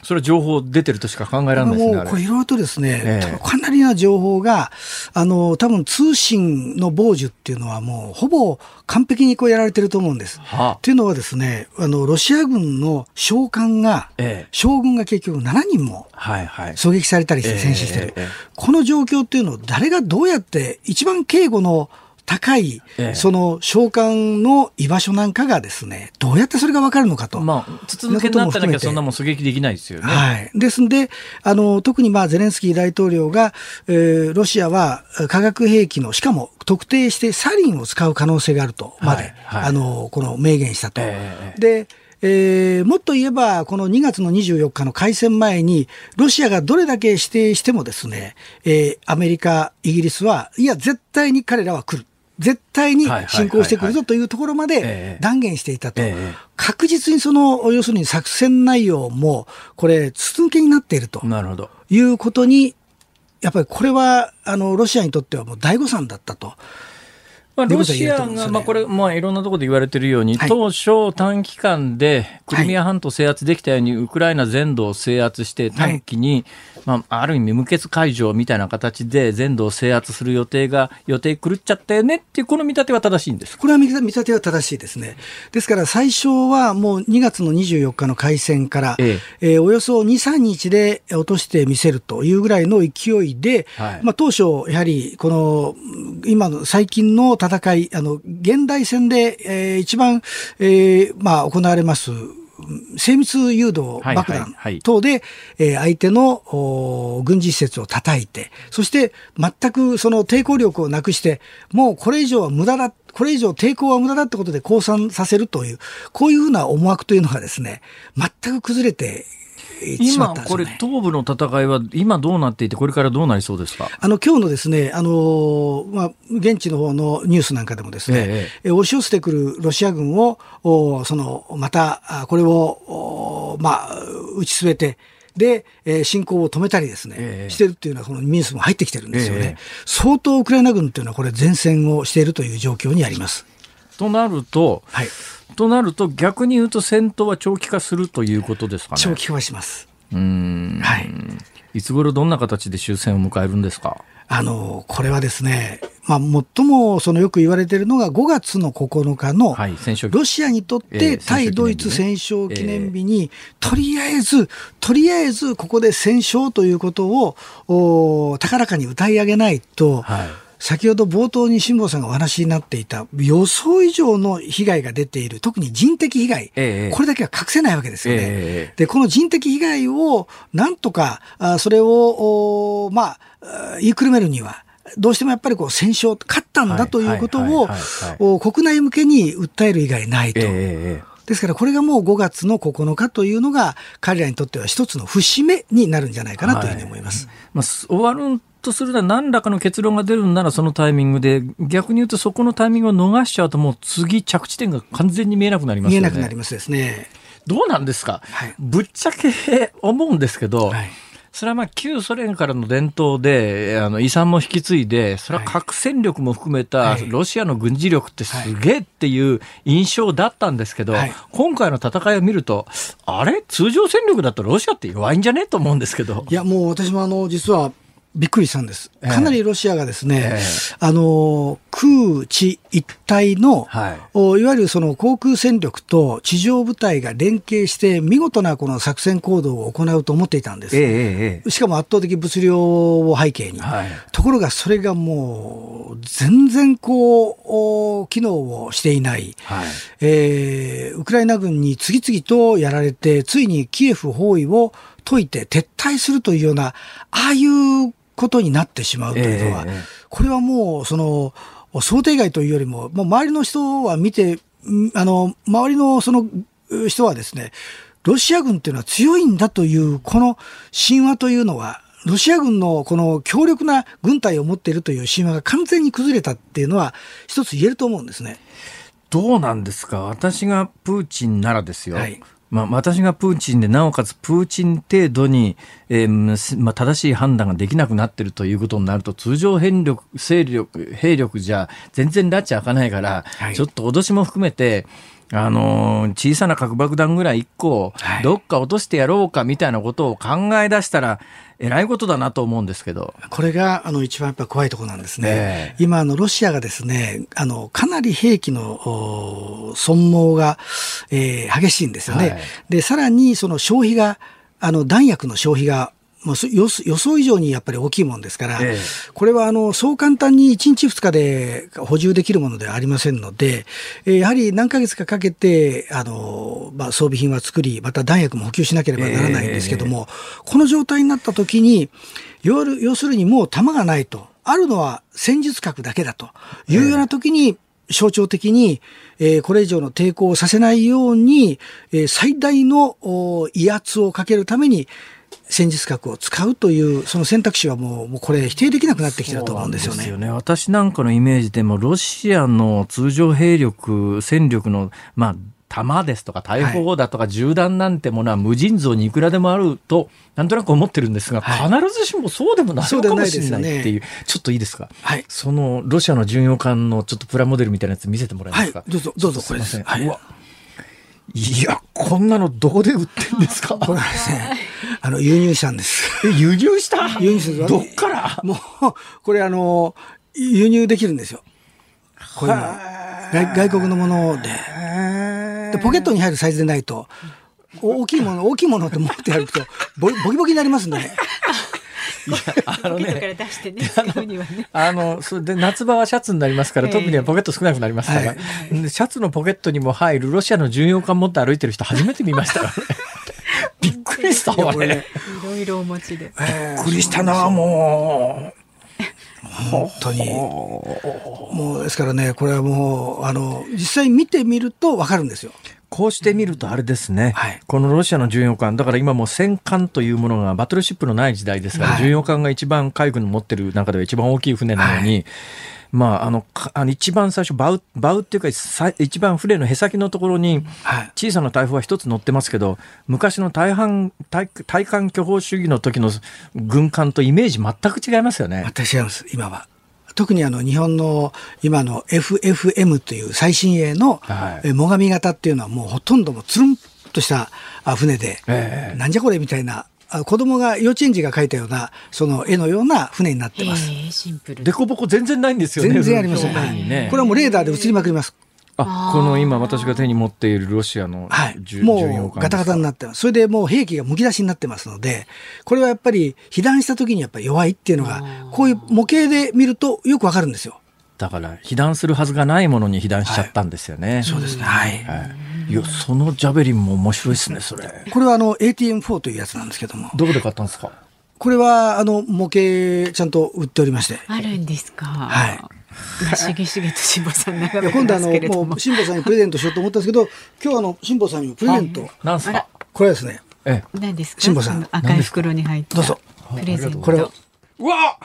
それは情報出てるとしか考えられないですね。 もうこれいろいろとですね、かなりな情報が多分通信の傍受っていうのはもうほぼ完璧にやられてると思うんです。というのはですね、ロシア軍の将軍が結局7人も狙撃されたりして戦死してる、この状況っていうのを誰がどうやって一番警護の高い、その将官の居場所なんかがですね、どうやってそれが分かるのかと。 筒抜けになってなきゃそんなもん狙撃できないですよね。 はい。ですので、特にゼレンスキー大統領が、ロシアは化学兵器の、しかも特定してサリンを使う可能性があるとまで、この明言したと。で、もっと言えば、この2月の24日の開戦前に、ロシアがどれだけ指定してもですね、アメリカ、イギリスは、いや、絶対に彼らは来る。絶対に侵攻してくるぞというところまで断言していたと。確実に要するに作戦内容も、これ、筒抜けになっているということに、やっぱりこれは、ロシアにとってはもう大誤算だったと。 ロシアが、これ、いろんなところで言われているように、当初短期間でクリミア半島制圧できたように、ウクライナ全土を制圧して短期に、ある意味無血開城みたいな形で全土を制圧する予定狂っちゃったよねっていう、この見立ては正しいんですか？ これは見立ては正しいですね。ですから最初はもう2月の24日の開戦から、およそ2、3日で落としてみせるというぐらいの勢いで、当初やはりこの今の最近の戦い、現代戦で、一番、行われます精密誘導爆弾等で、相手の軍事施設を叩いて、そして全くその抵抗力をなくして、もうこれ以上は無駄だ、これ以上抵抗は無駄だってことで降参させるという、こういうふうな思惑というのがですね、全く崩れて今これ東部の戦いは今どうなっていて、これからどうなりそうですか？ 今日のですね、現地の方のニュースなんかでもですね、押し寄せてくるロシア軍をまたこれを打ち据えて、で、侵攻を止めたりですね、してるっていうようなこのニュースも入ってきてるんですよね。相当ウクライナ軍っていうのはこれ前線をしているという状況にあります。 となると逆に言うと戦闘は長期化するということですかね？ 長期化はします。 いつ頃どんな形で終戦を迎えるんですか？ これはですね、最もよく言われているのが5月の9日のロシアにとって対ドイツ戦勝記念日に、とりあえずここで戦勝ということを高らかに歌い上げないと、先ほど冒頭に辛坊さんがお話になっていた予想以上の被害が出ている、特に人的被害、これだけは隠せないわけですよね。で、この人的被害をなんとかそれを言いくるめるには、どうしてもやっぱり戦勝、勝ったんだということを国内向けに訴える以外ないと。ですからこれがもう5月の9日というのが彼らにとっては一つの節目になるんじゃないかなというふうに思います。 終わるとするなら何らかの結論が出るならそのタイミングで、逆に言うとそこのタイミングを逃しちゃうともう次着地点が完全に見えなくなりますよね。 見えなくなりますですね。 どうなんですか？ぶっちゃけ思うんですけど、それは旧ソ連からの伝統で遺産も引き継いで、それは核戦力も含めたロシアの軍事力ってすげえっていう印象だったんですけど、今回の戦いを見ると、あれ通常戦力だとロシアって弱いんじゃねえと思うんですけど。 いや、もう私も実はびっくりしたんです。かなりロシアがですね、空地一体の、いわゆるその航空戦力と地上部隊が連携して見事なこの作戦行動を行うと思っていたんです。しかも圧倒的物量を背景に。ところがそれがもう全然機能をしていない。ウクライナ軍に次々とやられて、ついにキエフ包囲を解いて撤退するというような、ああいうことになってしまうというのは、これはもう想定外というよりも、もう周りの人は周りの人はですね、ロシア軍というのは強いんだというこの神話というのは、ロシア軍のこの強力な軍隊を持っているという神話が完全に崩れたっていうのは一つ言えると思うんですね。 どうなんですか？私がプーチンならですよ、 私がプーチンで、なおかつプーチン程度に、正しい判断ができなくなっているということになると、通常兵力じゃ全然拉致開かないから、ちょっと脅しも含めて、小さな核爆弾ぐらい1個、どっか落としてやろうかみたいなことを考え出したら、えらいことだなと思うんですけど。 これが一番やっぱ怖いところなんですね。今ロシアがですねかなり兵器の損耗が、激しいんですよね。でさらにその消費が弾薬の消費が予想以上にやっぱり大きいものですから、これはそう簡単に1日2日で補充できるものではありませんので、やはり何ヶ月かかけて装備品は作り、また弾薬も補給しなければならないんですけども、この状態になった時に要するにもう弾がないと、あるのは戦術核だけだというような時に、象徴的に、これ以上の抵抗をさせないように、最大の威圧をかけるために戦術核を使うというその選択肢はもうこれ否定できなくなってきてると思うんですよね。 そうなんですよね。私なんかのイメージでもロシアの通常兵力戦力の弾ですとか大砲だとか銃弾なんてものは無尽蔵にいくらでもあるとなんとなく思ってるんですが、必ずしもそうでもないのかもしれないっていう、ちょっといいですか、そのロシアの巡洋艦のちょっとプラモデルみたいなやつ見せてもらえますか。 どうぞすいません。 うわ、いや、こんなのどこで売ってるんですか。 これはですね、輸入したんです。 輸入した？ 輸入する。 どっから？ もうこれ輸入できるんですよ。こういうの外国のものでポケットに入るサイズでないと、大きいものって持ってやるとボキボキになりますんでね。 ポケットから出してね、使うにはね。 それで夏場はシャツになりますから、特にはポケット少なくなりますから、シャツのポケットにも入るロシアの巡洋艦持って歩いてる人初めて見ましたからね。びっくりしたわね。 いろいろお持ちで。 びっくりしたな、もう。 本当にもうですからね、これはもう実際見てみると分かるんですよ。 こうしてみるとあれですね、このロシアの巡洋艦だから今もう戦艦というものがバトルシップのない時代ですから、巡洋艦が一番海軍の持ってる中では一番大きい船なのに、一番最初バウっていうか一番船のへさきのところに小さな大砲は一つ乗ってますけど、昔の対艦巨砲主義の時の軍艦とイメージ全く違いますよね。 全く違います。今は特に日本の今の FFM という最新鋭の最上型っていうのはもうほとんどもつるんとした船で、なんじゃこれみたいな、子供が幼稚園児が描いたようなその絵のような船になってます。 シンプル。 デコボコ全然ないんですよね。 全然ありません、これはもうレーダーで映りまくります。 この今私が手に持っているロシアのもうガタガタになってます。それでもう兵器がむき出しになってますので、これはやっぱり被弾した時にやっぱり弱いっていうのがこういう模型で見るとよくわかるんですよ。 だから被弾するはずがないものに被弾しちゃったんですよね。 そうですね。 いや、そのジャベリンも面白いですね。それこれはATM4 というやつなんですけども。 どこで買ったんですか。 これは模型ちゃんと売っておりまして。 あるんですか。しげしげと辛坊さん眺めて今ますけれども、 もう辛坊さんにプレゼントしようと思ったんですけど、今日辛坊さんにもプレゼント。 なんすか。 これですね。 何ですか。 辛坊さん、 赤い袋に入ったどうぞプレゼント。 これを。 うわ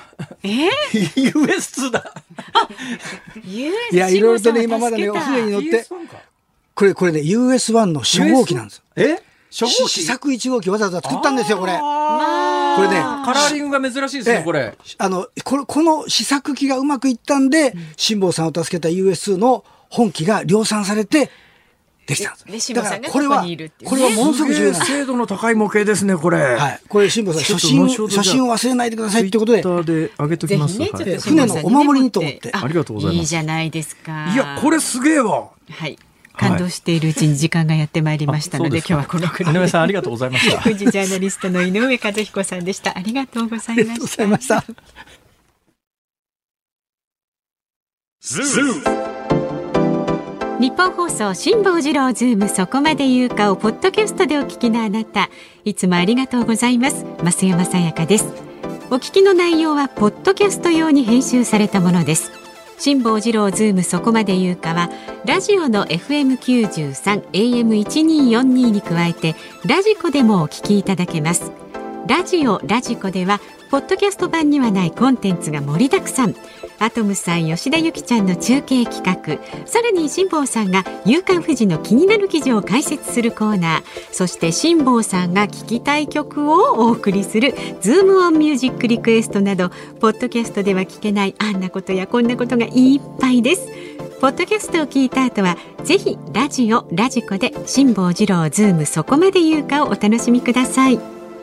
US2 だ。 いや、いろいろとね、今まだね、お船に乗ってこれね US1 の初号機なんです。試作1号機わざわざ作ったんですよ。これねカラーリングが珍しいですね。これこの試作機がうまくいったんで、辛坊さんを助けた US2 の本機が量産されてできたんです。だからこれはものすごく重要な精度の高い模型ですね。これこれ辛坊さん写真を忘れないでくださいってことで上げときます。 船のお守りにと思って。 ありがとうございます。 いいじゃないですか。 いや、これすげえわ。 感動しているうちに時間がやってまいりましたので、今日はこのくらいで。 井上さんありがとうございました。 富士ジャーナリストの井上和彦さんでした。ありがとうございました。日本放送辛坊治郎ズームそこまで言うかをポッドキャストでお聞きのあなた、いつもありがとうございます。増山さやかです。お聞きの内容はポッドキャスト用に編集されたものです。辛坊治郎ズームそこまで言うかはラジオの FM93 AM1242 に加えてラジコでもお聞きいただけます。ラジコではポッドキャスト版にはないコンテンツが盛りだくさん。 アトムさん、吉田ゆきちゃんの中継企画、さらに辛坊さんが夕刊フジの気になる記事を解説するコーナー、そして辛坊さんが聞きたい曲をお送りするズームオンミュージックリクエストなど、ポッドキャストでは聞けないあんなことやこんなことがいっぱいです。ポッドキャストを聞いた後はぜひラジコで辛坊治郎ズームそこまで言うかをお楽しみください。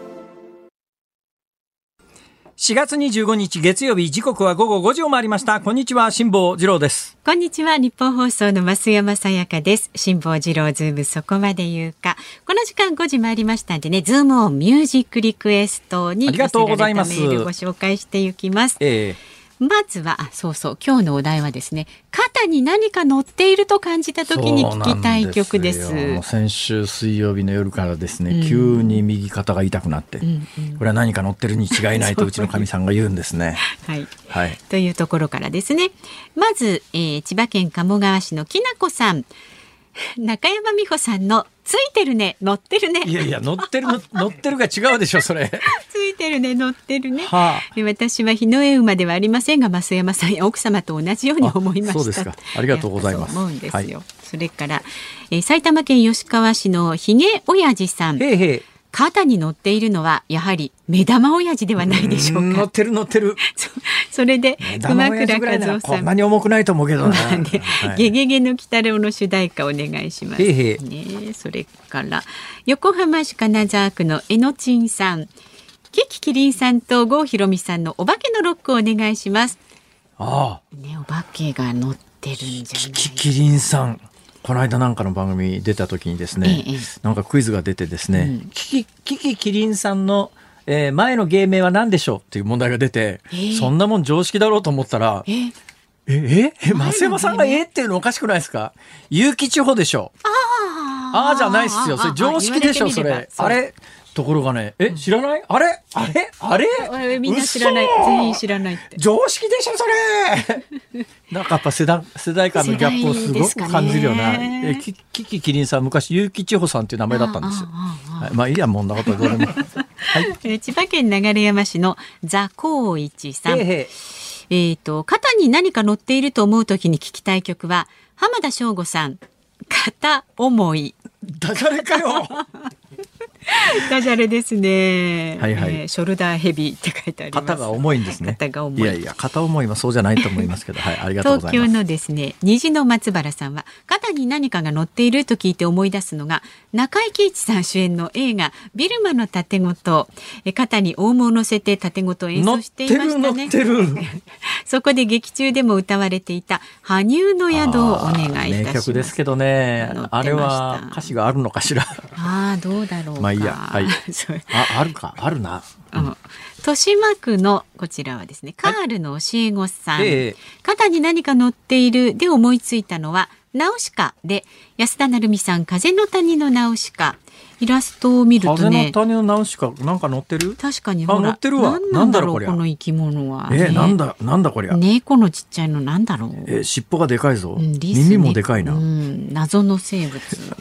4月25日月曜日、時刻は午後5時を回りました。こんにちは、辛坊治郎です。 こんにちは、日本放送の増山さやかです。辛坊治郎ズームそこまで言うか、この時間5時回りましたんでね、ズームオンミュージックリクエストに寄せられたメールをご紹介していきます。まずはそう今日のお題はですね、肩に何か乗っていると感じた時に聞きたい曲です。 先週水曜日の夜からですね、急に右肩が痛くなって、これは何か乗ってるに違いないとうちのかみさんが言うんですね。はい、 というところからですね、まず、千葉県鴨川市のきなこさん、中山美穂さんのついてるね乗ってるね。 いやいや、乗ってるが違うでしょそれ。 ついてるね乗ってるね、私は日の絵馬ではありませんが、増山さんや奥様と同じように思いました。 そうですか、ありがとうございます。 そう思うんですよ。それから、埼玉県吉川市のひげおやじさん、肩に乗っているのはやはり目玉親父ではないでしょうか。 乗ってるそれで熊倉和夫さん、 こんなに重くないと思うけどな、 ゲゲゲの鬼太郎の主題歌お願いします、それから横浜市金沢区のえのちんさん、キキキリンさんと郷ひろみさんのお化けのロックをお願いします。お化けが乗ってるんじゃない。 キキキリンさん、この間なんかの番組出た時にですね、なんかクイズが出てですね、キキキリンさんの、前の芸名は何でしょうっていう問題が出て、そんなもん常識だろうと思ったら、増山さんがっていうのおかしくないですか。結城地方でしょ。じゃないっすよ、それ常識でしょそれ。あれところがね、知らない？あれみんな知らない、全員知らないって。 常識でしょそれ。なんかやっぱ世代間のギャップをすごく感じるような。キキキリンさん、昔結城千穂さんっていう名前だったんですよ。まあいいや、もんなことはどうでも。 千葉県流山市のザコウイチさん、肩に何か乗っていると思うときに聞きたい曲は浜田省吾さん、片思い。 ダジャレかよ。 ダジャレですね。ショルダーヘビーって書いてあります。 肩が重いんですね。 肩が重い。いやいや、肩重いはそうじゃないと思いますけど、ありがとうございます。 東京のですね、虹の松原さんは肩に何かが乗っていると聞いて思い出すのが中井貴一さん主演の映画ビルマの盾事。肩にオウムを乗せて盾事を演奏していましたね。そこで劇中でも歌われていた羽生の宿をお願いいたします。 名曲ですけどね、あれは歌詞があるのかしら。 どうだろうか。 まあいいや、あるか、あるな。 豊島区のこちらはですね、カールの教え子さん、肩に何か乗っているで思いついたのはナウシカで、安田成美さん、風の谷のナウシカ。イラストを見るとね、 風の谷のナウシカなんか乗ってる。 確かにほら、 乗ってるわ。 なんだろうこの生き物は。 なんだこりゃ。 猫のちっちゃいのなんだろう。 尻尾がでかいぞ。耳もでかいな。 謎の生物。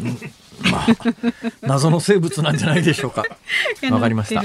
謎の生物なんじゃないでしょうか。わかりました。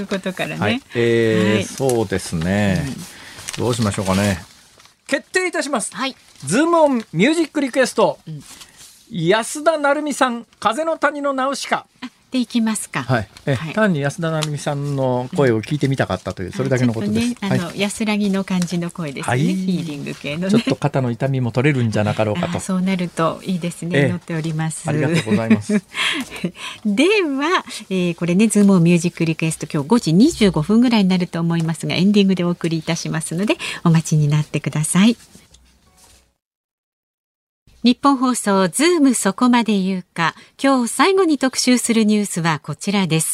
そうですね、どうしましょうかね。決定いたします。ズームオンミュージックリクエスト、安田成美さん、風の谷のナウシカでいきますか。 単に安田成美さんの声を聞いてみたかったという、それだけのことです。 安らぎの感じの声ですね。ヒーリング系のね。 ちょっと肩の痛みも取れるんじゃなかろうかと。 そうなるといいですね。乗っております。 ありがとうございます。 では、これね、ズームオンミュージックリクエスト、今日5時25分ぐらいになると思いますが、エンディングでお送りいたしますのでお待ちになってください。日本放送ズームそこまで言うか、今日最後に特集するニュースはこちらです。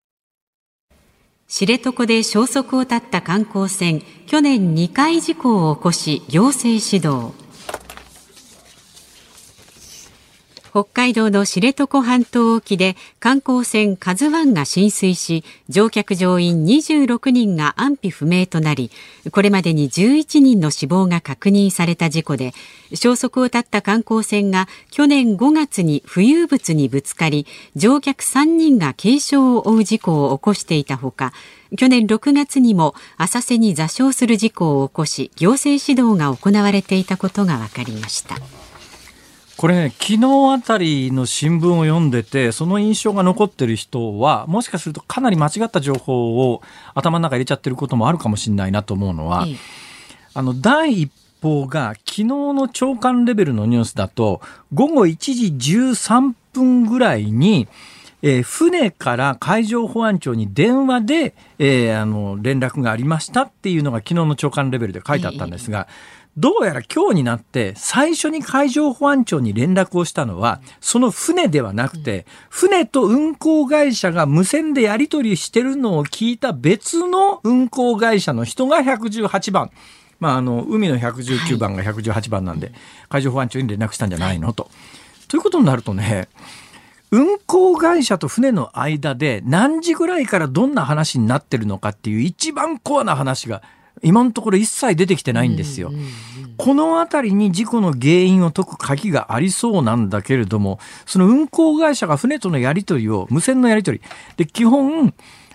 知床で消息を絶った観光船、去年2回事故を起こし行政指導。 北海道の知床半島沖で観光船KAZUIが浸水し、乗客乗員26人が安否不明となり、これまでに11人の死亡が確認された事故で、消息を絶った観光船が去年5月に浮遊物にぶつかり、乗客3人が軽傷を負う事故を起こしていたほか、去年6月にも浅瀬に座礁する事故を起こし、行政指導が行われていたことが分かりました。 これね、昨日あたりの新聞を読んでて、その印象が残ってる人は、もしかするとかなり間違った情報を頭の中に入れちゃってることもあるかもしれないなと思うのは、第一報が昨日の朝刊レベルのニュースだと、午後1時13分ぐらいに、船から海上保安庁に電話で、連絡がありましたっていうのが昨日の朝刊レベルで書いてあったんですが、どうやら今日になって最初に海上保安庁に連絡をしたのはその船ではなくて、船と運航会社が無線でやり取りしてるのを聞いた別の運航会社の人が118番、海の119番が118番なんで、海上保安庁に連絡したんじゃないのと。ということになるとね、運航会社と船の間で何時ぐらいからどんな話になってるのかっていう一番コアな話が今のところ一切出てきてないんですよ。このあたりに事故の原因を解く鍵がありそうなんだけれども、その運航会社が船とのやり取りを、無線のやり取りで、基本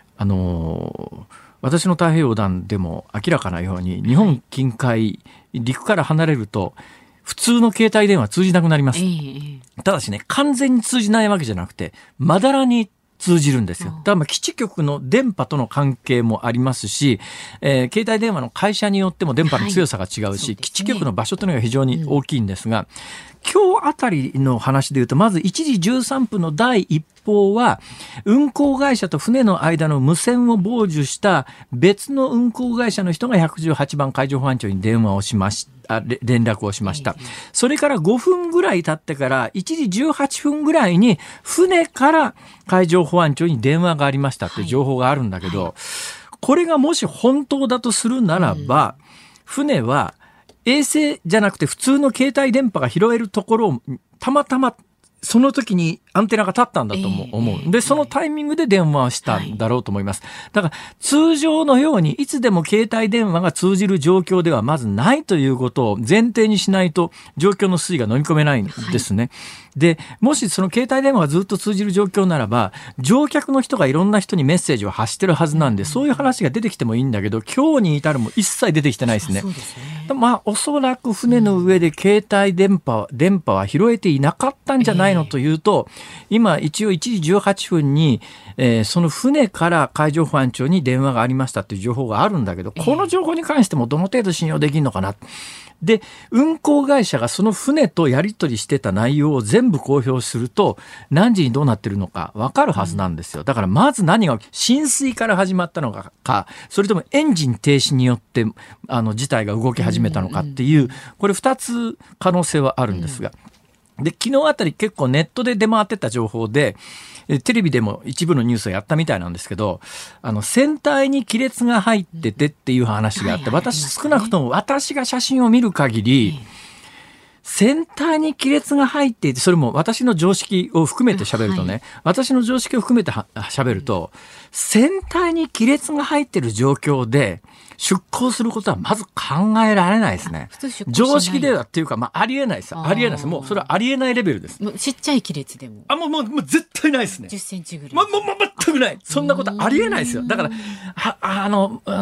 私の太平洋横断でも明らかなように、日本近海陸から離れると普通の携帯電話通じなくなります。ただしね、完全に通じないわけじゃなくて、まだらに通じるんですよ。だから基地局の電波との関係もありますし、携帯電話の会社によっても電波の強さが違うし、基地局の場所というのが非常に大きいんですが、今日あたりの話でいうと、まず1時13分の第一報は、運航会社と船の間の無線を傍受した別の運航会社の人が118番海上保安庁に電話をしました。連絡をしました。それから5分ぐらい経ってから1時18分ぐらいに船から海上保安庁に電話がありましたって情報があるんだけど、これがもし本当だとするならば、船は衛星じゃなくて普通の携帯電波が拾えるところをたまたまその時にアンテナが立ったんだと思う。で、そのタイミングで電話をしたんだろうと思います。だから通常のようにいつでも携帯電話が通じる状況ではまずないということを前提にしないと状況の推移が飲み込めないんですね。で、もしその携帯電話がずっと通じる状況ならば、乗客の人がいろんな人にメッセージを発してるはずなんで、そういう話が出てきてもいいんだけど、今日に至るも一切出てきてないですね。そうですね。おそらく船の上で携帯電波は拾えていなかったんじゃないのというと、今一応1時18分に、その船から海上保安庁に電話がありましたっていう情報があるんだけど、この情報に関してもどの程度信用できるのかな。で、運航会社がその船とやり取りしてた内容を全部公表すると、何時にどうなってるのか分かるはずなんですよ。だからまず何が浸水から始まったのか、それともエンジン停止によって事態が動き始めたのかっていう、これ2つ可能性はあるんですが。で、昨日あたり結構ネットで出回ってた情報で、テレビでも一部のニュースをやったみたいなんですけど、船体に亀裂が入っててっていう話があって、少なくとも私が写真を見る限り、船体に亀裂が入っていて、それも私の常識を含めて喋るとね、私の常識を含めて喋ると、船体に亀裂が入っている状況で出航することはまず考えられないですね。常識ではっていうか、ありえないです。ありえないです。もうそれはありえないレベルです。 もうちっちゃい亀裂でも。 もう絶対ないですね。 10センチぐらい。 もう全くない。そんなことありえないですよ。だから、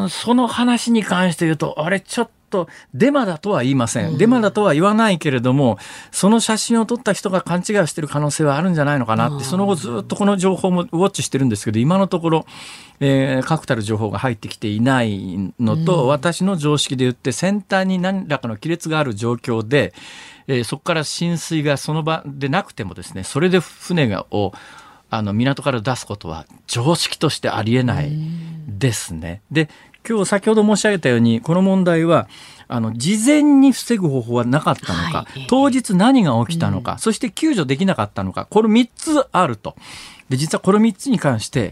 その話に関して言うと、ちょっとデマだとは言いません。デマだとは言わないけれども、その写真を撮った人が勘違いをしている可能性はあるんじゃないのかなって、その後ずっとこの情報もウォッチしてるんですけど、今のところ、確たる情報が入ってきていないのと、私の常識で言って船体に何らかの亀裂がある状況で、そこから浸水がその場でなくてもですね、それで船を港から出すことは常識としてありえないですね。で、今日先ほど申し上げたように、この問題は事前に防ぐ方法はなかったのか、当日何が起きたのか、そして救助できなかったのか、これ3つあると。で、実はこの3つに関して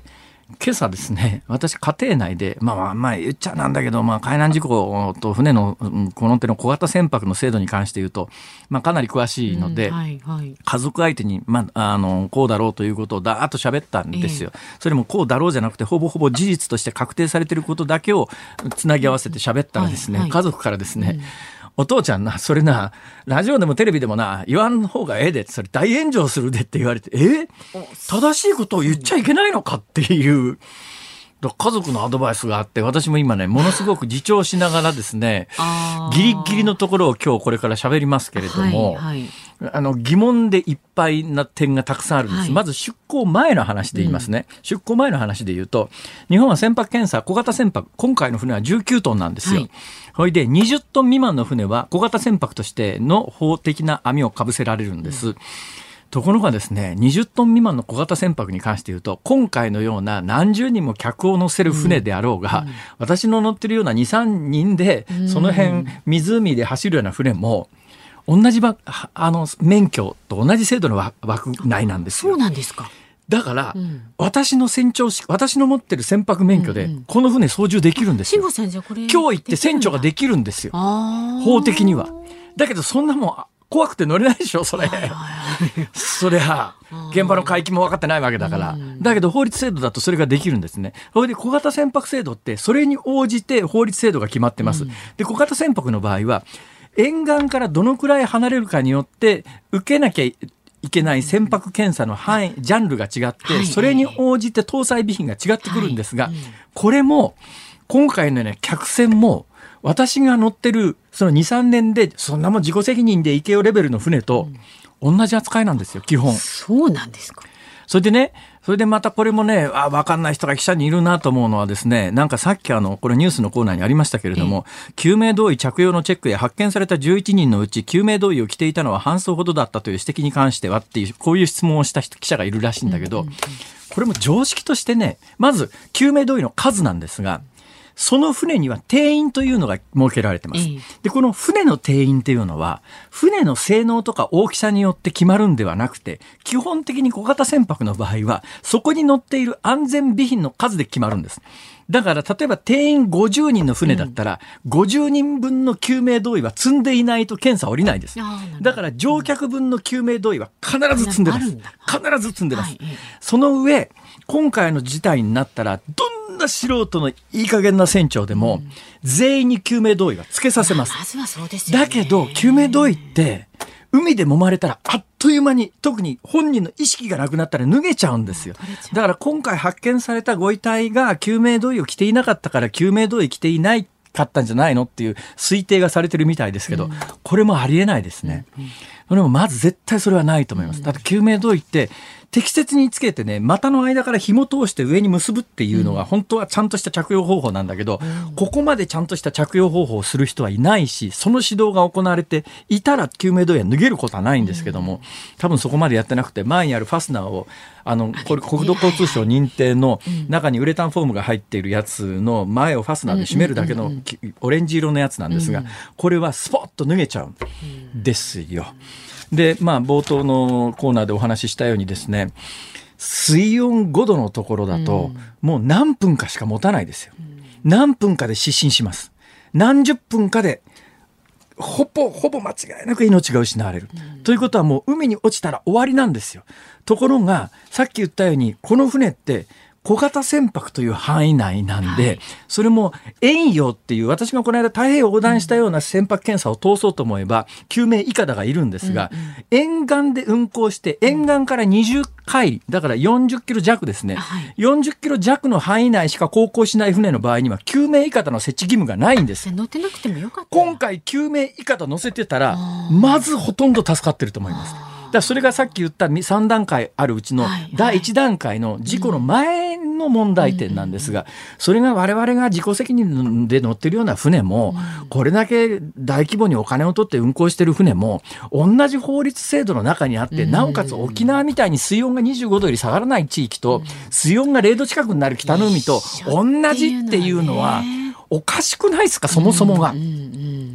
今朝ですね、私家庭内でまあ言っちゃなんだけど、海難事故と船のこの手の小型船舶の制度に関して言うと、かなり詳しいので、家族相手にこうだろうということをだーっと喋ったんですよ。それもこうだろうじゃなくて、ほぼほぼ事実として確定されていることだけをつなぎ合わせて喋ったらですね、家族からですね、お父ちゃんな、それな、ラジオでもテレビでもな、言わん方がええで、それ大炎上するでって言われて、正しいことを言っちゃいけないのかっていう、家族のアドバイスがあって、私も今ね、ものすごく自重しながらですね、ギリギリのところを今日これから喋りますけれども、疑問でいっぱいな点がたくさんあるんです。まず出港前の話で言いますね。出港前の話で言うと、日本は船舶検査、小型船舶、今回の船は19トンなんですよ。それで20トン未満の船は小型船舶としての法的な網をかぶせられるんです。ところがですね、20トン未満の小型船舶に関して言うと、今回のような何十人も客を乗せる船であろうが、私の乗ってるような2、3人でその辺湖で走るような船も同じ免許と同じ制度の枠内なんですよ。 そうなんですか。 だから、私の持ってる船舶免許でこの船操縦できるんですよ。 辛坊さん、じゃあこれ今日行って船長ができるんですよ。法的には。だけどそんなもん怖くて乗れないでしょ、それ。そりゃ現場の海域も分かってないわけだから。だけど法律制度だとそれができるんですね。それで小型船舶制度ってそれに応じて法律制度が決まってます。で、小型船舶の場合は沿岸からどのくらい離れるかによって受けなきゃいけない船舶検査の範囲、ジャンルが違って、それに応じて搭載備品が違ってくるんですが、これも今回のような客船も私が乗ってるその 2,3 年でそんなもん自己責任で行けよレベルの船と同じ扱いなんですよ、基本。 そうなんですか。 それでまたこれもね、分かんない人が記者にいるなと思うのはですね、なんかさっきこれニュースのコーナーにありましたけれども、救命胴衣着用のチェックや発見された11人のうち救命胴衣を着ていたのは半数ほどだったという指摘に関してはっていう、こういう質問をした記者がいるらしいんだけど、これも常識としてね、まず救命胴衣の数なんですが、その船には定員というのが設けられてます。で、この船の定員というのは、船の性能とか大きさによって決まるんではなくて、基本的に小型船舶の場合は、そこに乗っている安全備品の数で決まるんです。だから、例えば定員50人の船だったら、50人分の救命胴衣は積んでいないと検査降りないです。だから、乗客分の救命胴衣は必ず積んでます。必ず積んでます。その上、今回の事態になったら、どんな素人のいい加減な船長でも、全員に救命胴衣はつけさせます。 まずはそうですよね。 だけど、救命胴衣って、海で揉まれたらあっという間に、特に本人の意識がなくなったら脱げちゃうんですよ。だから今回発見されたご遺体が救命胴衣を着ていなかったから救命胴衣着ていないかったんじゃないのっていう推定がされてるみたいですけど、これもありえないですね。でもまず絶対それはないと思います。だって救命胴衣って適切につけてね、股の間から紐通して上に結ぶっていうのが本当はちゃんとした着用方法なんだけど、ここまでちゃんとした着用方法をする人はいないし、その指導が行われていたら救命胴衣は脱げることはないんですけども、多分そこまでやってなくて、前にあるファスナーをこれ国土交通省認定の中にウレタンフォームが入っているやつの前をファスナーで締めるだけのオレンジ色のやつなんですが、これはスポッと脱げちゃうんですよ。で、冒頭のコーナーでお話ししたようにですね、水温5度のところだと、もう何分かしか持たないですよ。何分かで失神します。何十分かで、ほぼ間違いなく命が失われる。ということはもう海に落ちたら終わりなんですよ。ところが、さっき言ったように、この船って、小型船舶という範囲内なんで、それも遠洋っていう、私がこの間太平洋横断したような船舶検査を通そうと思えば救命いかだがいるんですが、沿岸で運航して沿岸から20海里だから40キロ弱ですね、40キロ弱の範囲内しか航行しない船の場合には救命いかだの設置義務がないんです。 乗ってなくてもよかった。 今回救命いかだ乗せてたらまずほとんど助かってると思います。だからそれがさっき言った3段階あるうちの第1段階の事故の前の問題点なんですが、それが我々が自己責任で乗ってるような船も、これだけ大規模にお金を取って運航してる船も同じ法律制度の中にあって、なおかつ沖縄みたいに水温が25度より下がらない地域と水温が0度近くになる北の海と同じっていうのはおかしくないですか、そもそもが。と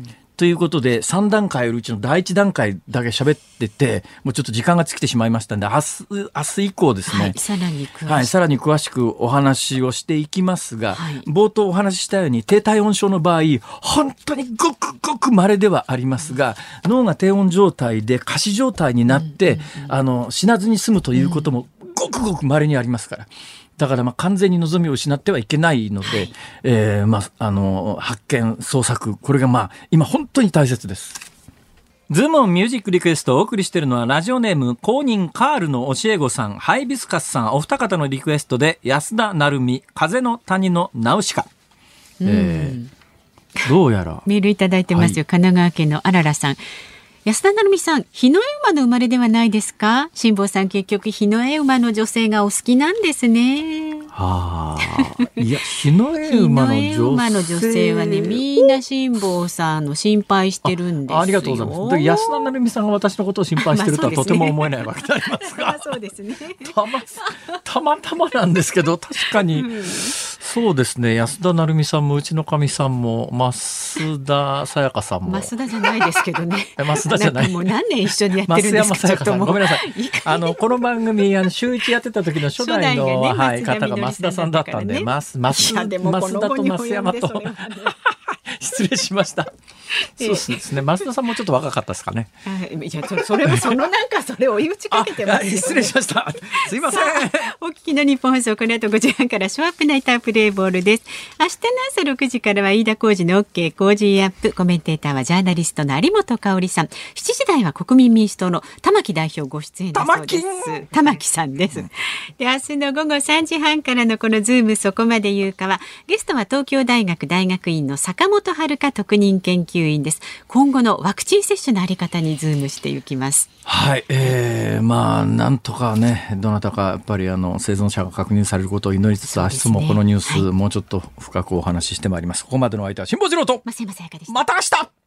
ということで3段階のうちの第1段階だけ喋ってて、もうちょっと時間が尽きてしまいましたんで、明日以降ですね、 さらに詳しくお話をしていきますが、冒頭お話ししたように低体温症の場合、本当にごくごく稀ではありますが、脳が低温状態で仮死状態になって、死なずに済むということもごくごく稀にありますから。だから完全に望みを失ってはいけないので、発見、捜索、これが今本当に大切です。ズームオンミュージックリクエストをお送りしているのはラジオネーム公認カールの教え子さん、ハイビスカスさん、お二方のリクエストで安田成美、風の谷のナウシカ。どうやらメールいただいてますよ、神奈川県のあららさん。安田成美さん、日の絵馬の生まれではないですか？辛坊さん、結局日の絵馬の女性がお好きなんですね。 いや、日の絵馬の女性はね、みんな辛坊さんの心配してるんですよ。 ありがとうございます。で、安田成美さんが私のことを心配してるとはとても思えないわけでありますが、 そうですね。 たまたまなんですけど、確かに、そうですね、安田成美さんもうちのかみさんも増田さやかさんも、 増田じゃないですけどね。 増田じゃない。 もう何年一緒にやってるんですか。 増山さやかさん、ごめんなさい。この番組週一やってた時の初代の方が増田さんだったんで、増田と増山と失礼しました。そうですね。増田さんもちょっと若かったですかね。 いや、それはそれを追い打ちかけてますよ、ね。 失礼しました。すいません。 お聞きの日本放送、この後5時半からショーアップナイタープレイボールです。明日の朝6時からは飯田浩司の OK 工事アップ。コメンテーターはジャーナリストの有本香里さん。7時台は国民民主党の玉木代表ご出演だそうです。玉木さんです。で、明日の午後3時半からのこのズームそこまで言うかは、ゲストは東京大学大学院の坂本遥特任研究員です。今後のワクチン接種のあり方にズームしていきます。 はい、なんとかね、どなたかやっぱり生存者が確認されることを祈りつつ、明日もこのニュース、もうちょっと深くお話ししてまいります。ここまでの相手は辛坊治郎と増山さやかでした。 また明日。